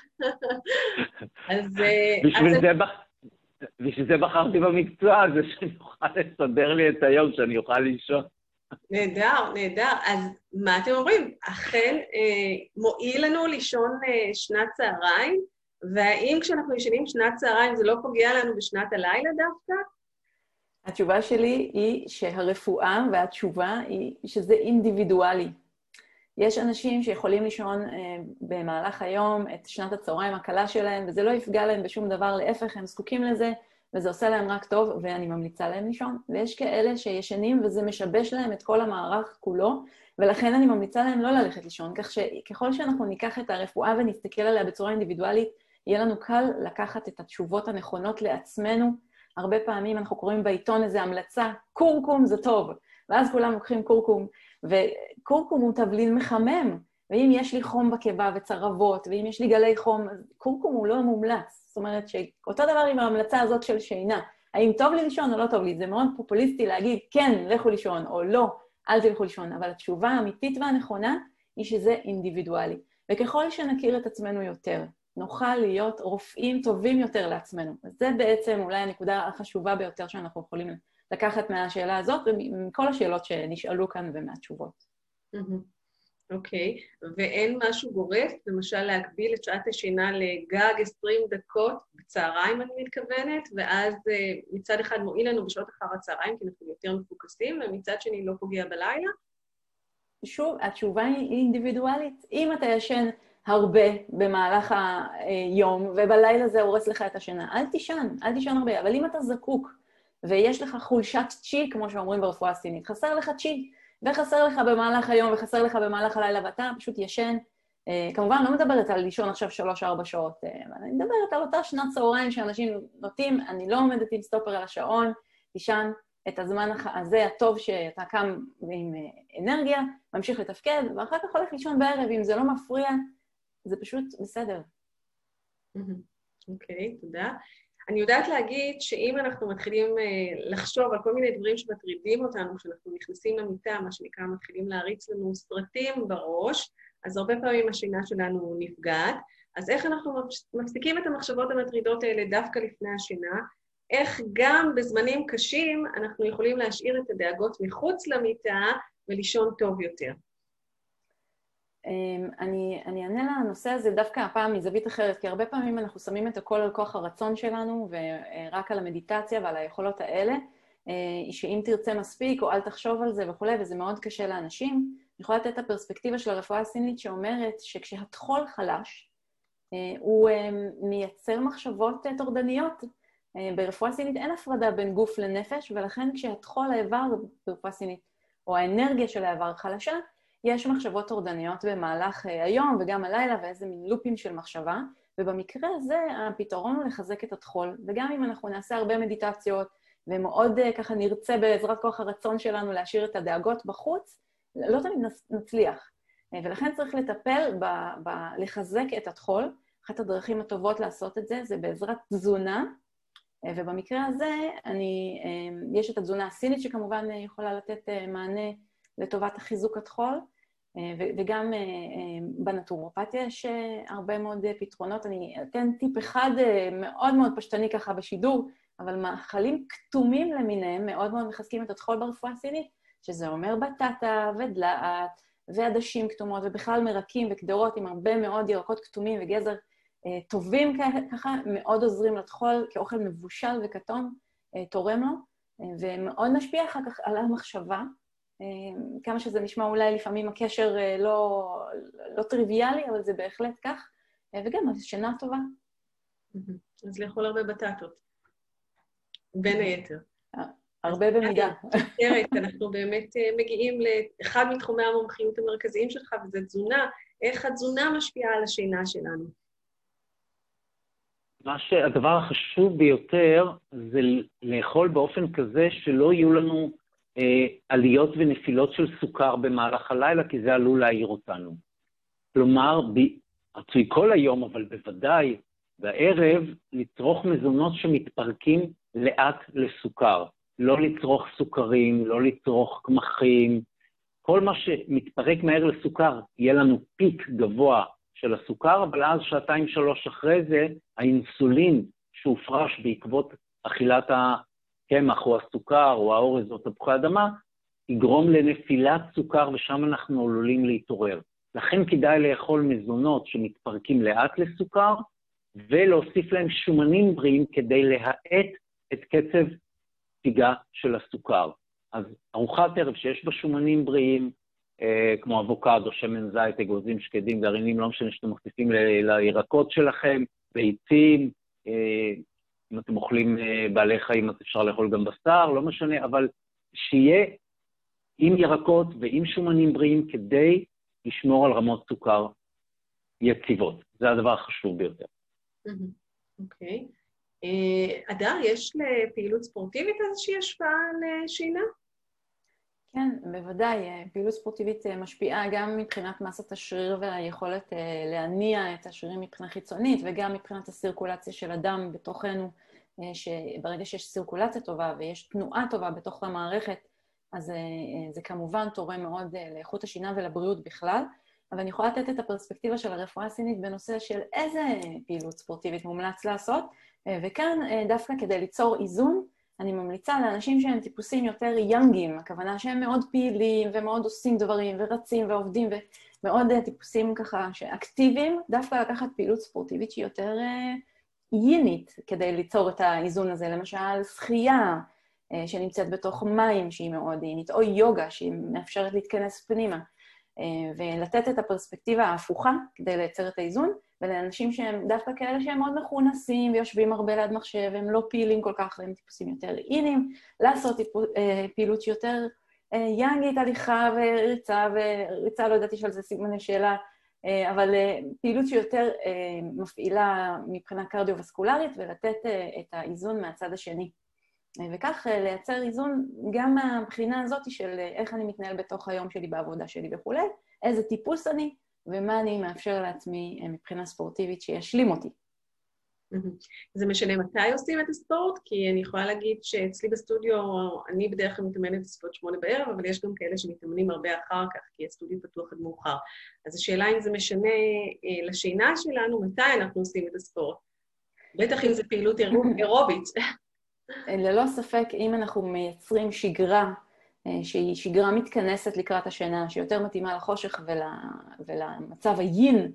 אז... בשביל זה בח... בשביל זה בחרתי במקצוע הזה, שאני אוכל לסדר לי את היום, שאני אוכל לישון. נהדר, נהדר. אז מה אתם אומרים? אכן אה, מועיל לנו לישון אה, שנת צהריים, והאם כשאנחנו ישנים שנת צהריים זה לא פוגע לנו בשנת הלילה דווקא? התשובה שלי היא שהרפואה והתשובה היא שזה אינדיבידואלי. יש אנשים שיכולים לישון אה, במהלך היום את שנת הצהריים הקלה שלהם, וזה לא יפגע להם בשום דבר, להפך, הם זקוקים לזה, וזה עושה להם רק טוב, ואני ממליצה להם לישון. ויש כאלה שישנים, וזה משבש להם את כל המערך כולו, ולכן אני ממליצה להם לא ללכת לישון, כך שככל שאנחנו ניקח את הרפואה ונסתכל עליה בצורה אינדיבידואלית, יהיה לנו קל לקחת את התשובות הנכונות לעצמנו. הרבה פעמים אנחנו קוראים בעיתון איזו המלצה, קורקום זה טוב, ואז כולם לוקחים קורקום, וקורקום הוא תבלין מחמם, ואם יש לי חום בקיבה וצרבות, ואם יש לי גלי חום, אז קורקום הוא לא מומלץ. זאת אומרת שאותו דבר עם ההמלצה הזאת של שינה, האם טוב לי לישון או לא טוב לי, זה מאוד פופוליסטי להגיד, כן, לכו לישון, או לא, אל תלכו לישון, אבל התשובה האמיתית והנכונה היא שזה אינדיבידואלי. וככל שנכיר את עצמנו יותר, נוכל להיות רופאים טובים יותר לעצמנו. אז זה בעצם אולי הנקודה החשובה ביותר שאנחנו יכולים לקחת מהשאלה הזאת, ומכל השאלות שנשאלו כאן ומהתשובות. אוקיי, ואין משהו גורף, למשל להגביל את שעת השינה לגג עשרים דקות בצהריים, אני מתכוונת, ואז מצד אחד מועיל לנו בשעות אחר הצהריים, כי אנחנו יותר מפוקסים, ומצד שני לא פוגע בלילה? שוב, התשובה היא אינדיבידואלית. אם אתה ישן הרבה במהלך היום, ובלילה זה הורס לך את השינה, אל תישן, אל תישן הרבה. אבל אם אתה זקוק, ויש לך חולשת צ'י, כמו שאומרים ברפואה הסינית, חסר לך צ'י, וחסר לך במהלך היום, וחסר לך במהלך הלילה, ואתה פשוט ישן. כמובן, לא מדברת על לישון עכשיו שלוש ארבע שעות, אני מדברת על אותה שנת צהריים שאנשים נוטים, אני לא עומדת עם סטופר על השעון, תישן את הזמן הזה הטוב שאתה קם עם אנרגיה, ממשיך לתפקד, ואחר כך הולך לישון בערב, אם זה לא מפריע, זה פשוט בסדר. אוקיי, תודה. אני יודעת להגיד שאם אנחנו מתחילים לחשוב על כל מיני דברים שמטרידים אותנו, כשאנחנו נכנסים למיטה, מה שנקרא, מתחילים להריץ לנו סרטים בראש, אז הרבה פעמים השינה שלנו נפגעת. אז איך אנחנו מפסיקים את המחשבות המטרידות האלה דווקא לפני השינה? איך גם בזמנים קשים אנחנו יכולים להשאיר את הדאגות מחוץ למיטה ולישון טוב יותר? אני, אני אענה לנושא הזה דווקא הפעם מזווית אחרת, כי הרבה פעמים אנחנו שמים את הכל על כוח הרצון שלנו, ורק על המדיטציה ועל היכולות האלה, שאם תרצה מספיק או אל תחשוב על זה וכו', וזה מאוד קשה לאנשים. אני יכולה לתת את הפרספקטיבה של הרפואה הסינית שאומרת שכשהטחול חלש, הוא מייצר מחשבות טורדניות. ברפואה סינית אין הפרדה בין גוף לנפש, ולכן כשהטחול האיבר ברפואה סינית, או האנרגיה של האיבר חלשה, יש מחשבות טורדניות במהלך היום וגם הלילה, ואיזה מין לופים של מחשבה, ובמקרה הזה הפתרון הוא לחזק את הטחול, וגם אם אנחנו נעשה הרבה מדיטציות, ומאוד ככה נרצה בעזרת כוח הרצון שלנו להשאיר את הדאגות בחוץ, לא תמיד נצליח. ולכן צריך לטפל ב, ב, לחזק את הטחול. אחת הדרכים הטובות לעשות את זה, זה בעזרת תזונה, ובמקרה הזה אני, יש את התזונה הסינית שכמובן יכולה לתת מענה לטובת החיזוק הטחול, וגם בנטורופתיה יש הרבה מאוד פתרונות. אני אתן טיפ אחד מאוד מאוד פשטני ככה בשידור, אבל מאכלים כתומים למיניהם מאוד מאוד מחזקים את הטחול ברפואה הסינית, שזה אומר בטטה ודלעת ועדשים כתומות, ובכלל מרקים וקדרות עם הרבה מאוד ירקות כתומים וגזר טובים ככה, מאוד עוזרים לטחול כאוכל מבושל וכתום, תורם לו, ומאוד משפיע אחר כך על המחשבה, כמה שזה נשמע אולי לפעמים הקשר לא, לא טריוויאלי, אבל זה בהחלט כך, וגם שינה טובה. אז לאכול הרבה בטטות, בין היתר. הרבה במידה. אנחנו באמת מגיעים לאחד מתחומי המומחיות המרכזיים שלך, וזה תזונה. איך התזונה משפיעה על השינה שלנו? מה שהדבר החשוב ביותר זה לאכול באופן כזה שלא יהיו לנו אה, עליות ונפילות של סוכר במהלך הלילה, כי זה עלול להעיר אותנו. כלומר, רצוי כל היום, אבל בוודאי בערב, לצרוך מזונות שמתפרקים לאט לסוכר. לא לצרוך סוכרים, לא לצרוך קמחים. כל מה שמתפרק מהר לסוכר, יהיה לנו פיק גבוה של הסוכר, אבל אז שעתיים שלוש אחרי זה, האינסולין שהופרש בעקבות אכילת הקמח או הסוכר או האורז או תפוחי אדמה, יגרום לנפילת סוכר, ושם אנחנו עלולים להתעורר. לכן כדאי לאכול מזונות שמתפרקים לאט לסוכר, ולהוסיף להם שומנים בריאים כדי להאט את קצב ספיגה של הסוכר. אז ארוחת ערב שיש בה שומנים בריאים, אה, כמו אבוקדו, שמן זית, אגוזים, שקדים, גרעינים, לא משנה שאתם מוסיפים ל- לירקות שלכם, ביצים, אה, אם אתם אוכלים אה, בעלי חיים, אז אפשר לאכול גם בשר, לא משנה, אבל שיהיה עם ירקות ועם שומנים בריאים כדי לשמור על רמות סוכר יציבות. זה הדבר החשוב ביותר. אוקיי. אדר, יש לפעילות ספורטיבית איזושהי השפעה לשינה? כן, בוודאי. פעילות ספורטיבית משפיעה גם מבחינת מסת השריר והיכולת להניע את השרירים מבחינה חיצונית, וגם מבחינת הסירקולציה של הדם בתוכנו, שברגע שיש סירקולציה טובה ויש תנועה טובה בתוך המערכת, אז זה כמובן תורם מאוד לאיכות השינה ולבריאות בכלל. אבל אני יכולה לתת את הפרספקטיבה של הרפואה הסינית בנושא של איזה פעילות ספורטיבית מומלץ לעשות, וכאן דווקא כדי ליצור איזון, אני ממליצה לאנשים שהם טיפוסים יותר יאנגים, הכוונה שהם מאוד פעילים ומאוד עושים דברים ורצים ועובדים ומאוד טיפוסים ככה שאקטיביים, דווקא לקחת פעילות ספורטיבית שהיא יותר יינית כדי ליצור את האיזון הזה, למשל שחייה שנמצאת בתוך מים שהיא מאוד יינית, או יוגה שהיא מאפשרת להתכנס פנימה, ולתת את הפרספקטיבה ההפוכה כדי לייצר את האיזון, ולאנשים שהם דווקא כאלה שהם מאוד מכונסים ויושבים הרבה ליד מחשב, הם לא פעילים כל כך, הם טיפוסים יותר איניים, לעשות פעילות שיותר יאנגית, הליכה וריצה, וריצה לא ידעתי שעל זה סימני שאלה, אבל פעילות שיותר מפעילה מבחינה קרדיו-וסקולרית, ולתת את האיזון מהצד השני. וכך לייצר איזון גם מהבחינה הזאת של איך אני מתנהל בתוך היום שלי בעבודה שלי וכו', איזה טיפוס אני, ומה אני מאפשר לעצמי מבחינה ספורטיבית שישלים אותי. זה משנה מתי עושים את הספורט? כי אני יכולה להגיד שאצלי בסטודיו, אני בדרך כלל מתאמנת בסביבות שמונה בערב, אבל יש גם כאלה שמתאמנים הרבה אחר כך, כי הסטודיו פתוח עד מאוחר. אז השאלה אם זה משנה לשינה שלנו, מתי אנחנו עושים את הספורט? בטח אם זה פעילות אירובית. ללא ספק, אם אנחנו מייצרים שגרה, שהיא שגרה מתכנסת לקראת השינה, שיותר מתאימה לחושך ול, ולמצב היין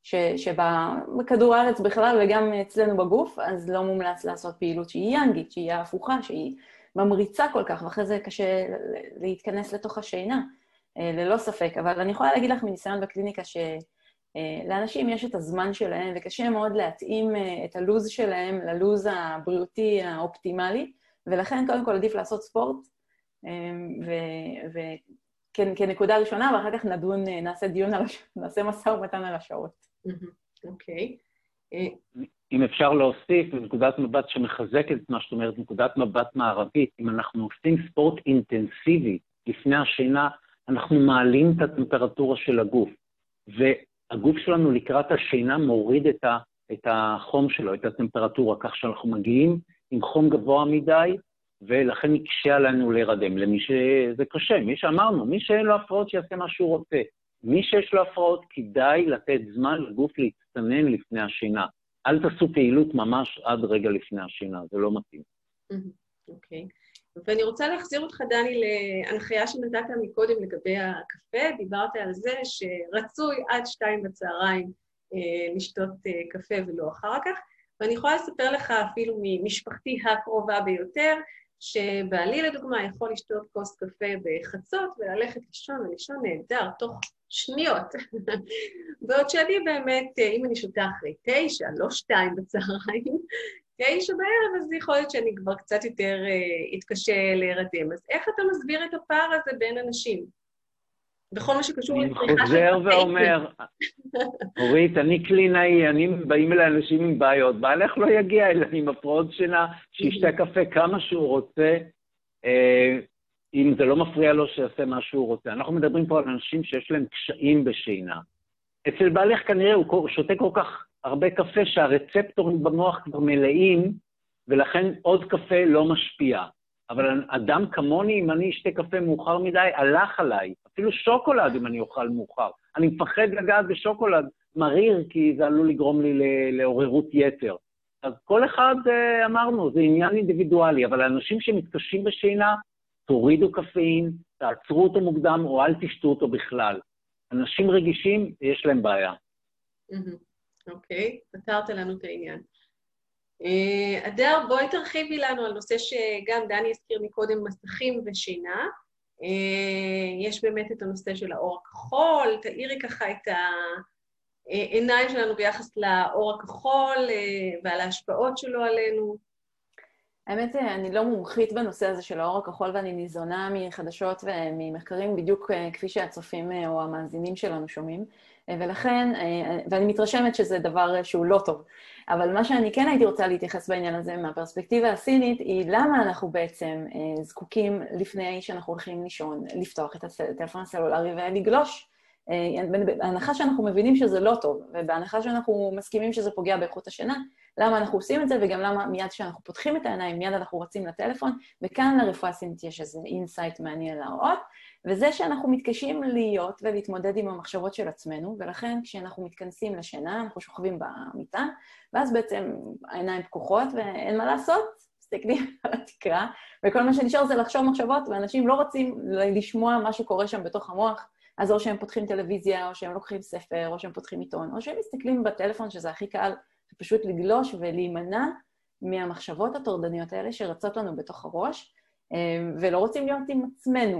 שבכדור הארץ בכלל וגם אצלנו בגוף, אז לא מומלץ לעשות פעילות שהיא יאנגית, שהיא הפוכה, שהיא ממריצה כל כך, ואחרי זה קשה להתכנס לתוך השינה, ללא ספק. אבל אני יכולה להגיד לך מניסיון בקליניקה שלאנשים יש את הזמן שלהם, וקשה מאוד להתאים את הלוז שלהם ללוז הבריאותי האופטימלי, ולכן קודם כל עדיף לעשות ספורט, וכנקודה ראשונה, ואחר כך נדון, נעשה דיון, נעשה משא ומתן על השעות. אוקיי. אם אפשר להוסיף, נקודת מבט שמחזקת את מה שאת אומרת, נקודת מבט מערבית, אם אנחנו עושים ספורט אינטנסיבי לפני השינה, אנחנו מעלים את הטמפרטורה של הגוף, והגוף שלנו לקראת השינה מוריד את, ה, את החום שלו, את הטמפרטורה, כך שאנחנו מגיעים עם חום גבוה מדי, ולכן יקשה עלינו להירדם, למי שזה קשה, מי שאמרנו, מי שאין לו הפרעות שיעשה מה שהוא רוצה, מי שיש לו הפרעות כדאי לתת זמן לגוף להצטנן לפני השינה, אל תעשו פעילות ממש עד רגע לפני השינה, זה לא מתאים. אוקיי, ואני רוצה להחזיר אותך דני להנחיה שנתת מקודם לגבי הקפה, דיברת על זה שרצוי עד שתיים בצהריים לשתות קפה ולא אחר כך, ואני יכולה לספר לך אפילו ממשפחתי הקרובה ביותר, שבעלי לדוגמה יכול לשתות כוס קפה בחצות וללכת לישון, ולישון נהדר תוך שניות. בעוד שאני באמת, אם אני שותה אחרי תשע, לא שתיים בצהריים, תשע בערב, אז יכול להיות שאני כבר קצת יותר אתקשה להירדם. אז איך אתה מסביר את הפער הזה בין אנשים? בכל מה שקשור לצריכה של קפה. אני חוזר ואומר, אורית, אני קלינאי, אני באים אליי אנשים עם בעיות, בעלך לא יגיע אליי עם הפרעות שינה, שישתה קפה כמה שהוא רוצה, אם זה לא מפריע לו שיעשה מה שהוא רוצה. אנחנו מדברים פה על אנשים שיש להם קשיים בשינה. אצל בעלך כנראה הוא שותה כל כך הרבה קפה שהרצפטורים במוח כבר מלאים, ולכן עוד קפה לא משפיע. אבל אדם כמוני, אם אני אשתה קפה מאוחר מדי, הלך עליי. אפילו שוקולד אם אני אוכל מאוחר. אני מפחד לגעת בשוקולד מריר, כי זה עלול לגרום לי לעוררות יתר. אז כל אחד, אמרנו, זה עניין אינדיבידואלי, אבל האנשים שמתקשים בשינה, תורידו קפאין, תעצרו אותו מוקדם, או אל תשתו אותו בכלל. אנשים רגישים, יש להם בעיה. אוקיי, פתרת לנו את העניין. אדר, בואי תרחיבי לנו על נושא שגם דני הזכיר מקודם, מסכים ושינה. יש באמת את הנושא של האור הכחול, תאירי ככה את העיניים שלנו ביחס לאור הכחול ועל ההשפעות שלו עלינו. האמת, אני לא מומחית בנושא הזה של האור הכחול, ואני ניזונה מחדשות וממחקרים בדיוק כפי שהצופים או המאזינים שלנו שומעים, ולכן, ואני מתרשמת שזה דבר שהוא לא טוב. אבל מה שאני כן הייתי רוצה להתייחס בעניין הזה מהפרספקטיבה הסינית, היא למה אנחנו בעצם אה, זקוקים לפני שאנחנו הולכים לישון, לפתוח את הטלפון הסלולרי ולגלוש. בהנחה שאנחנו מבינים שזה לא טוב, ובהנחה שאנחנו מסכימים שזה פוגע באיכות השינה, למה אנחנו עושים את זה, וגם למה מיד כשאנחנו פותחים את העיניים, מיד אנחנו רצים לטלפון, וכאן לרפואה הסינית יש איזה אינסייט מעניין להראות, וזה שאנחנו מתקשים להיות ולהתמודד עם המחשבות של עצמנו, ולכן כשאנחנו מתכנסים לשינה, אנחנו שוכבים במיטה, ואז בעצם העיניים פקוחות ואין מה לעשות, מסתכלים על התקרה, וכל מה שנשאר זה לחשוב מחשבות, ואנשים לא רוצים לשמוע מה שקורה שם בתוך המוח, אז או שהם פותחים טלוויזיה, או שהם לוקחים ספר, או שהם פותחים עיתון, או שהם מסתכלים בטלפון, שזה הכי קל, פשוט לגלוש ולהימנע מהמחשבות הטורדניות האלה שרצות לנו בתוך הראש, ולא רוצים להיות עם עצמנו.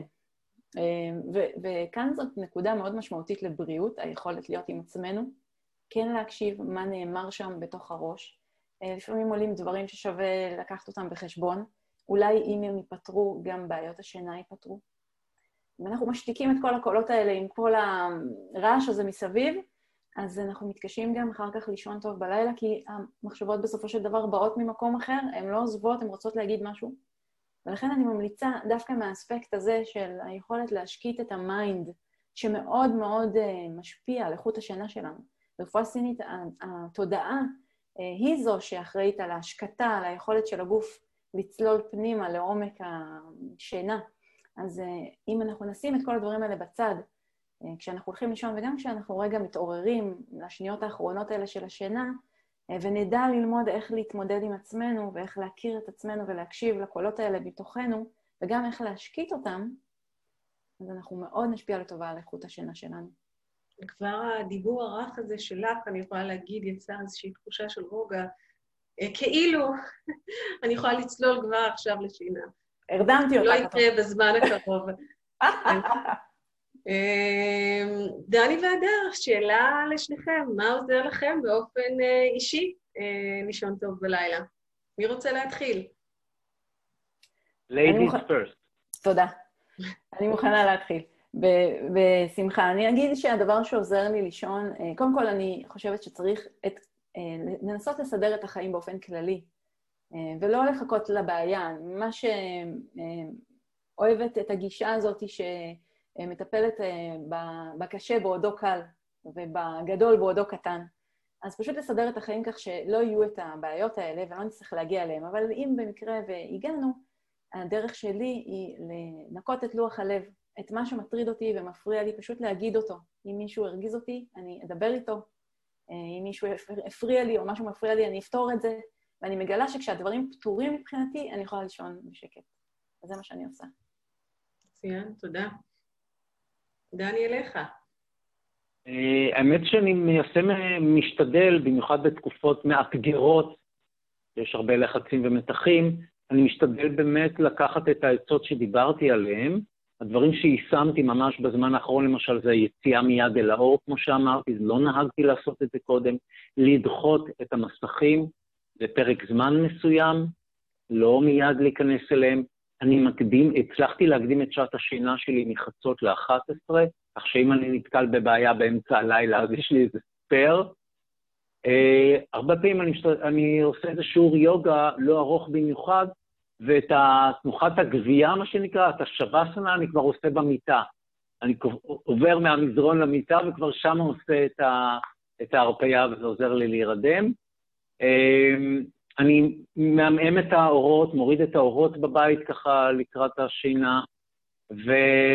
וכאן זאת נקודה מאוד משמעותית לבריאות, היכולת להיות עם עצמנו, כן להקשיב מה נאמר שם בתוך הראש. לפעמים עולים דברים ששווה לקחת אותם בחשבון, אולי אם הם ייפטרו, גם בעיות השינה ייפטרו. אם אנחנו משתיקים את כל הקולות האלה עם כל הרעש הזה מסביב, אז אנחנו מתקשים גם אחר כך לישון טוב בלילה, כי המחשבות בסופו של דבר באות ממקום אחר, הן לא עוזבות, הן רוצות להגיד משהו. ולכן אני ממליצה דווקא מהאספקט הזה של היכולת להשקיט את המיינד, שמאוד מאוד משפיע על איכות השינה שלנו. ברפואה סינית, התודעה היא זו שאחראית על ההשקטה, על היכולת של הגוף לצלול פנימה לעומק השינה. אז אם אנחנו נשים את כל הדברים האלה בצד, כשאנחנו הולכים לישון, וגם כשאנחנו רגע מתעוררים לשניות האחרונות האלה של השינה, ונדע ללמוד איך להתמודד עם עצמנו, ואיך להכיר את עצמנו ולהקשיב לקולות האלה בתוכנו, וגם איך להשקיט אותם, אז אנחנו מאוד נשפיע לטובה על איכות השינה שלנו. כבר הדיבור הרך הזה שלך, אני יכולה להגיד, יצא איזושהי תחושה של רוגע, כאילו אני יכולה לצלול כבר עכשיו לשינה. הרדמתי אותך. לא יקרה בזמן הקרוב. דני והדר, שאלה לשניכם, מה עוזר לכם באופן אישי לישון טוב בלילה? מי רוצה להתחיל? Ladies first. תודה. אני מוכנה להתחיל. בשמחה. אני אגיד שהדבר שעוזר לי לישון, קודם כל אני חושבת שצריך את, לנסות לסדר את החיים באופן כללי, ולא לחכות לבעיה. מה שאוהבת את הגישה הזאת שמטפלת בקשה בעודו קל, ובגדול בעודו קטן. אז פשוט לסדר את החיים כך שלא יהיו את הבעיות האלה, ולא נצטרך להגיע אליהם. אבל אם במקרה והגענו, הדרך שלי היא לנקות את לוח הלב, את מה שמטריד אותי ומפריע לי, פשוט להגיד אותו. אם מישהו הרגיז אותי, אני אדבר איתו. אם מישהו הפריע לי או משהו מפריע לי, אני אפתור את זה. ואני מגלה שכשהדברים פתורים מבחינתי, אני יכולה לישון בשקט. וזה מה שאני עושה. מצוין, תודה. דני, אליך. האמת שאני מיישם משתדל, במיוחד בתקופות מאתגרות, יש הרבה לחצים ומתחים, אני משתדל באמת לקחת את העצות שדיברתי עליהם, הדברים שיישמתי ממש בזמן האחרון, למשל, זה יציאה מיד אל האור, כמו שאמרתי, לא נהגתי לעשות את זה קודם, לדחות את המסכים לפרק זמן מסוים, לא מיד להיכנס אליהם. אני מקדים, הצלחתי להקדים את שעת השינה שלי מחצות ל-אחת עשרה, כך שאם אני נתקל בבעיה באמצע הלילה, אז יש לי איזה ספר. Uh, הרבה פעמים אני, אני עושה איזה שיעור יוגה לא ארוך במיוחד, ואת תנוחת הגבייה, מה שנקרא, את השווסנה, אני כבר עושה במיטה. אני עובר מהמזרון למיטה, וכבר שם עושה את, ה, את ההרפאיה, וזה עוזר לי להירדם. Uh, אני מאמם את האורות, מוריד את האורות בבית ככה לקראת השינה, ו...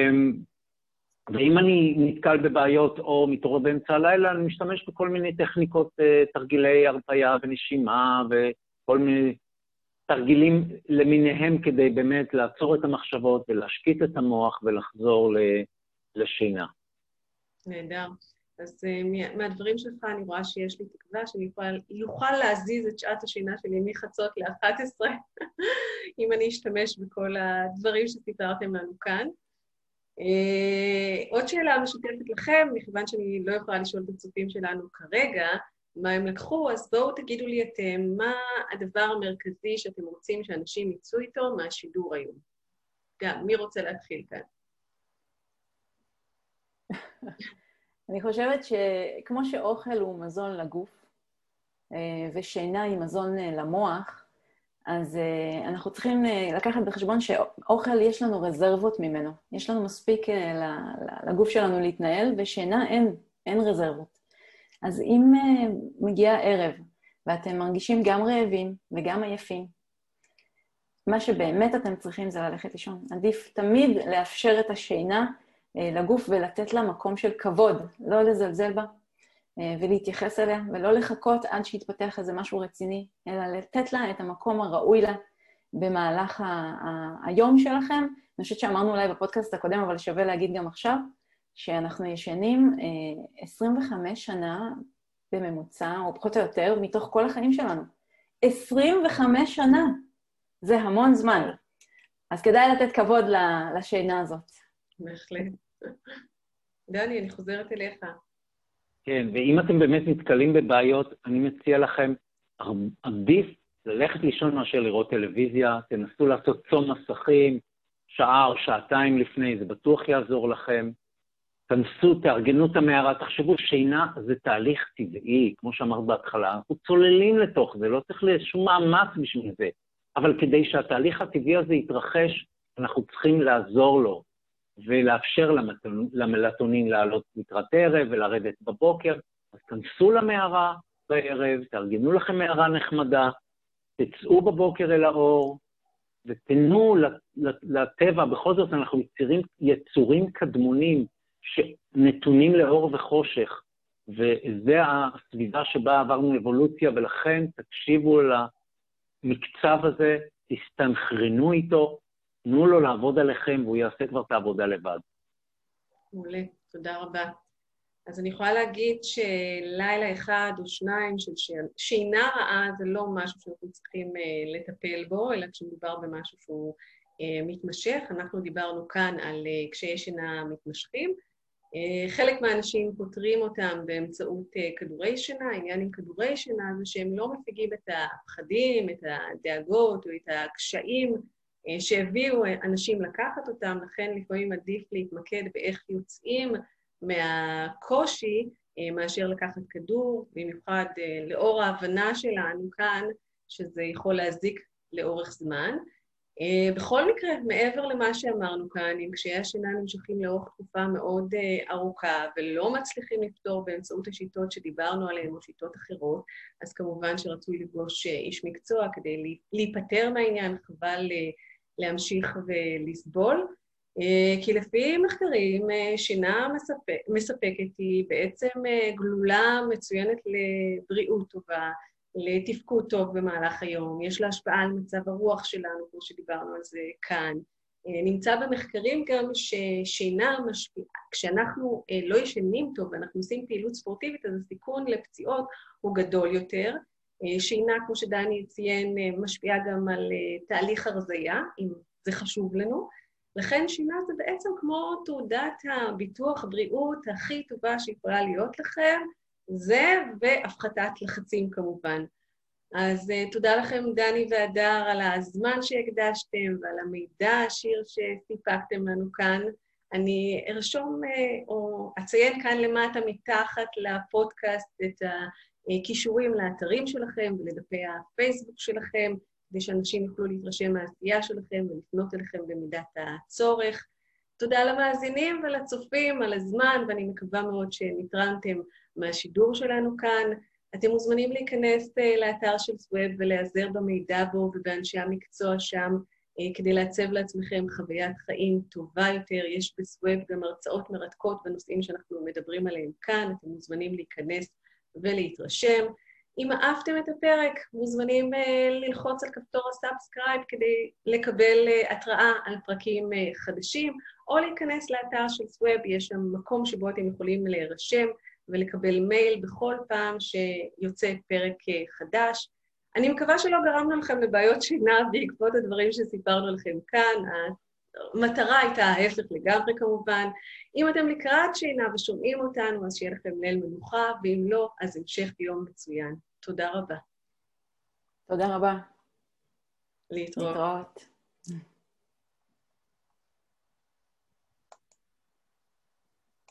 ואם אני נתקל בבעיות או מתעורר באמצע הלילה, אני משתמש בכל מיני טכניקות, תרגילי הרפאיה ונשימה, וכל מיני תרגילים למיניהם כדי באמת לעצור את המחשבות ולהשקיט את המוח ולחזור לשינה. נהדר. אז מהדברים שלך אני רואה שיש לי תקווה שאני יוכל להזיז את שעת השינה שלי מחצות ל-אחת עשרה, אם אני אשתמש בכל הדברים שסיפרתם לנו כאן. עוד שאלה משותפת לכם, מכיוון שאני לא יכולה לשאול את הצופים שלנו כרגע, מה הם לקחו, אז בואו תגידו לי אתם, מה הדבר המרכזי שאתם רוצים שאנשים יצאו איתו מהשידור היום? גם, מי רוצה להתחיל כאן? אני חושבת שכמו שאוכל הוא מזון לגוף, ושינה היא מזון למוח, אז אנחנו צריכים לקחת בחשבון שאוכל יש לנו רזרבות ממנו. יש לנו מספיק לגוף שלנו להתנהל, ושינה אין, אין רזרבות. אז אם מגיע ערב, ואתם מרגישים גם רעבים וגם עייפים, מה שבאמת אתם צריכים זה ללכת לישון. עדיף תמיד לאפשר את השינה לגוף ולתת לה מקום של כבוד, לא לזלזל בה ולהתייחס אליה, ולא לחכות עד שיתפתח איזה משהו רציני, אלא לתת לה את המקום הראוי לה במהלך ה- ה- היום שלכם. אני חושבת שאמרנו אולי בפודקאסט הקודם, אבל שווה להגיד גם עכשיו, שאנחנו ישנים עשרים וחמש שנה בממוצע, או פחות או יותר, מתוך כל החיים שלנו. עשרים וחמש שנה! זה המון זמן. אז כדאי לתת כבוד לשינה הזאת. בהחלט. דני, אני חוזרת אליך. כן, ואם אתם באמת נתקלים בבעיות, אני מציע לכם, עדיף ללכת לישון מאשר לראות טלוויזיה, תנסו לעשות צום מסכים, שעה או שעתיים לפני, זה בטוח יעזור לכם. תנסו, תארגנו את המערה, תחשבו, שינה זה תהליך טבעי, כמו שאמרת בהתחלה, אנחנו צוללים לתוך זה, לא צריך לשום מאמץ בשביל זה, אבל כדי שהתהליך הטבעי הזה יתרחש, אנחנו צריכים לעזור לו, ולאפשר למלטונין לעלות לקראת ערב ולרדת בבוקר. אז תנסו למערה בערב, תארגנו לכם מערה נחמדה, תצאו בבוקר אל האור, ותנו לטבע, בכל זאת אנחנו יצורים, יצורים קדמונים שנתונים לאור וחושך, וזה הסביבה שבה עברנו אבולוציה, ולכן תקשיבו למקצב הזה, תסתנכרנו איתו, תנו לו לעבוד עליכם, והוא יעשה כבר את העבודה לבד. מעולה, תודה רבה. אז אני יכולה להגיד שלילה אחד או שניים של שינה רעה זה לא משהו שאנחנו צריכים לטפל בו, אלא כשמדובר במשהו שהוא מתמשך. אנחנו דיברנו כאן על קשיי שינה מתמשכים. חלק מהאנשים פותרים אותם באמצעות כדורי שינה. העניין עם כדורי שינה זה שהם לא מפיגים את הפחדים, את הדאגות או את הקשיים שהביאו אנשים לקחת אותם, לכן לפעמים עדיף להתמקד באיך יוצאים מהקושי מאשר לקחת כדור, במיוחד לאור ההבנה שלנו כאן, שזה יכול להזיק לאורך זמן. בכל מקרה, מעבר למה שאמרנו כאן, אם קשיי השינה נמשכים לאורך תקופה מאוד ארוכה ולא מצליחים לפתור באמצעות השיטות שדיברנו עליהן או שיטות אחרות, אז כמובן שרצוי לפגוש איש מקצוע כדי להיפטר מהעניין, חבל להמשיך ולסבול, כי לפי מחקרים שינה מספק, מספקת היא בעצם גלולה מצוינת לבריאות טובה, לתפקוד טוב במהלך היום, יש לה השפעה על מצב הרוח שלנו, כמו שדיברנו על זה כאן. נמצא במחקרים גם ששינה משפיעה, כשאנחנו לא ישנים טוב ואנחנו עושים פעילות ספורטיבית, אז הסיכון לפציעות הוא גדול יותר. שינה, כמו שדני ציין, משפיעה גם על תהליך הרזייה, אם זה חשוב לנו. לכן שינה זה בעצם כמו תעודת הביטוח הבריאות הכי טובה שיכולה להיות לכם, זה והפחתת לחצים כמובן. אז uh, תודה לכם דני והדר על הזמן שהקדשתם ועל המידע העשיר שסיפקתם לנו כאן. אני ארשום uh, או אציין כאן למטה מתחת לפודקאסט את הכישורים לאתרים שלכם ולדפי הפייסבוק שלכם, כדי שאנשים יוכלו להתרשם מהעשייה שלכם ולפנות אליכם במידת הצורך. תודה למאזינים ולצופים על הזמן, ואני מקווה מאוד שנתרמתם מהשידור שלנו כאן. אתם מוזמנים להיכנס לאתר של סוואב ולהיעזר במידע בו ובאנשי המקצוע שם, כדי לעצב לעצמכם חוויית חיים טובה יותר. יש בסוואב גם הרצאות מרתקות בנושאים שאנחנו מדברים עליהם כאן, אתם מוזמנים להיכנס ולהתרשם. אם אהבתם את הפרק, מוזמנים ללחוץ על כפתור הסאבסקרייב כדי לקבל התראה על פרקים חדשים, או להיכנס לאתר של סוואב, יש שם מקום שבו אתם יכולים להירשם ולקבל מייל בכל פעם שיוצא פרק חדש. אני מקווה שלא גרמנו לכם לבעיות שינה בעקבות הדברים שסיפרנו לכם כאן. המטרה הייתה ההפך לגמרי כמובן. אם אתם לקראת שינה ושומעים אותנו, אז שיהיה לכם ליל מנוחה, ואם לא, אז המשך יום מצוין. תודה רבה. תודה רבה. להתראות. להתראות.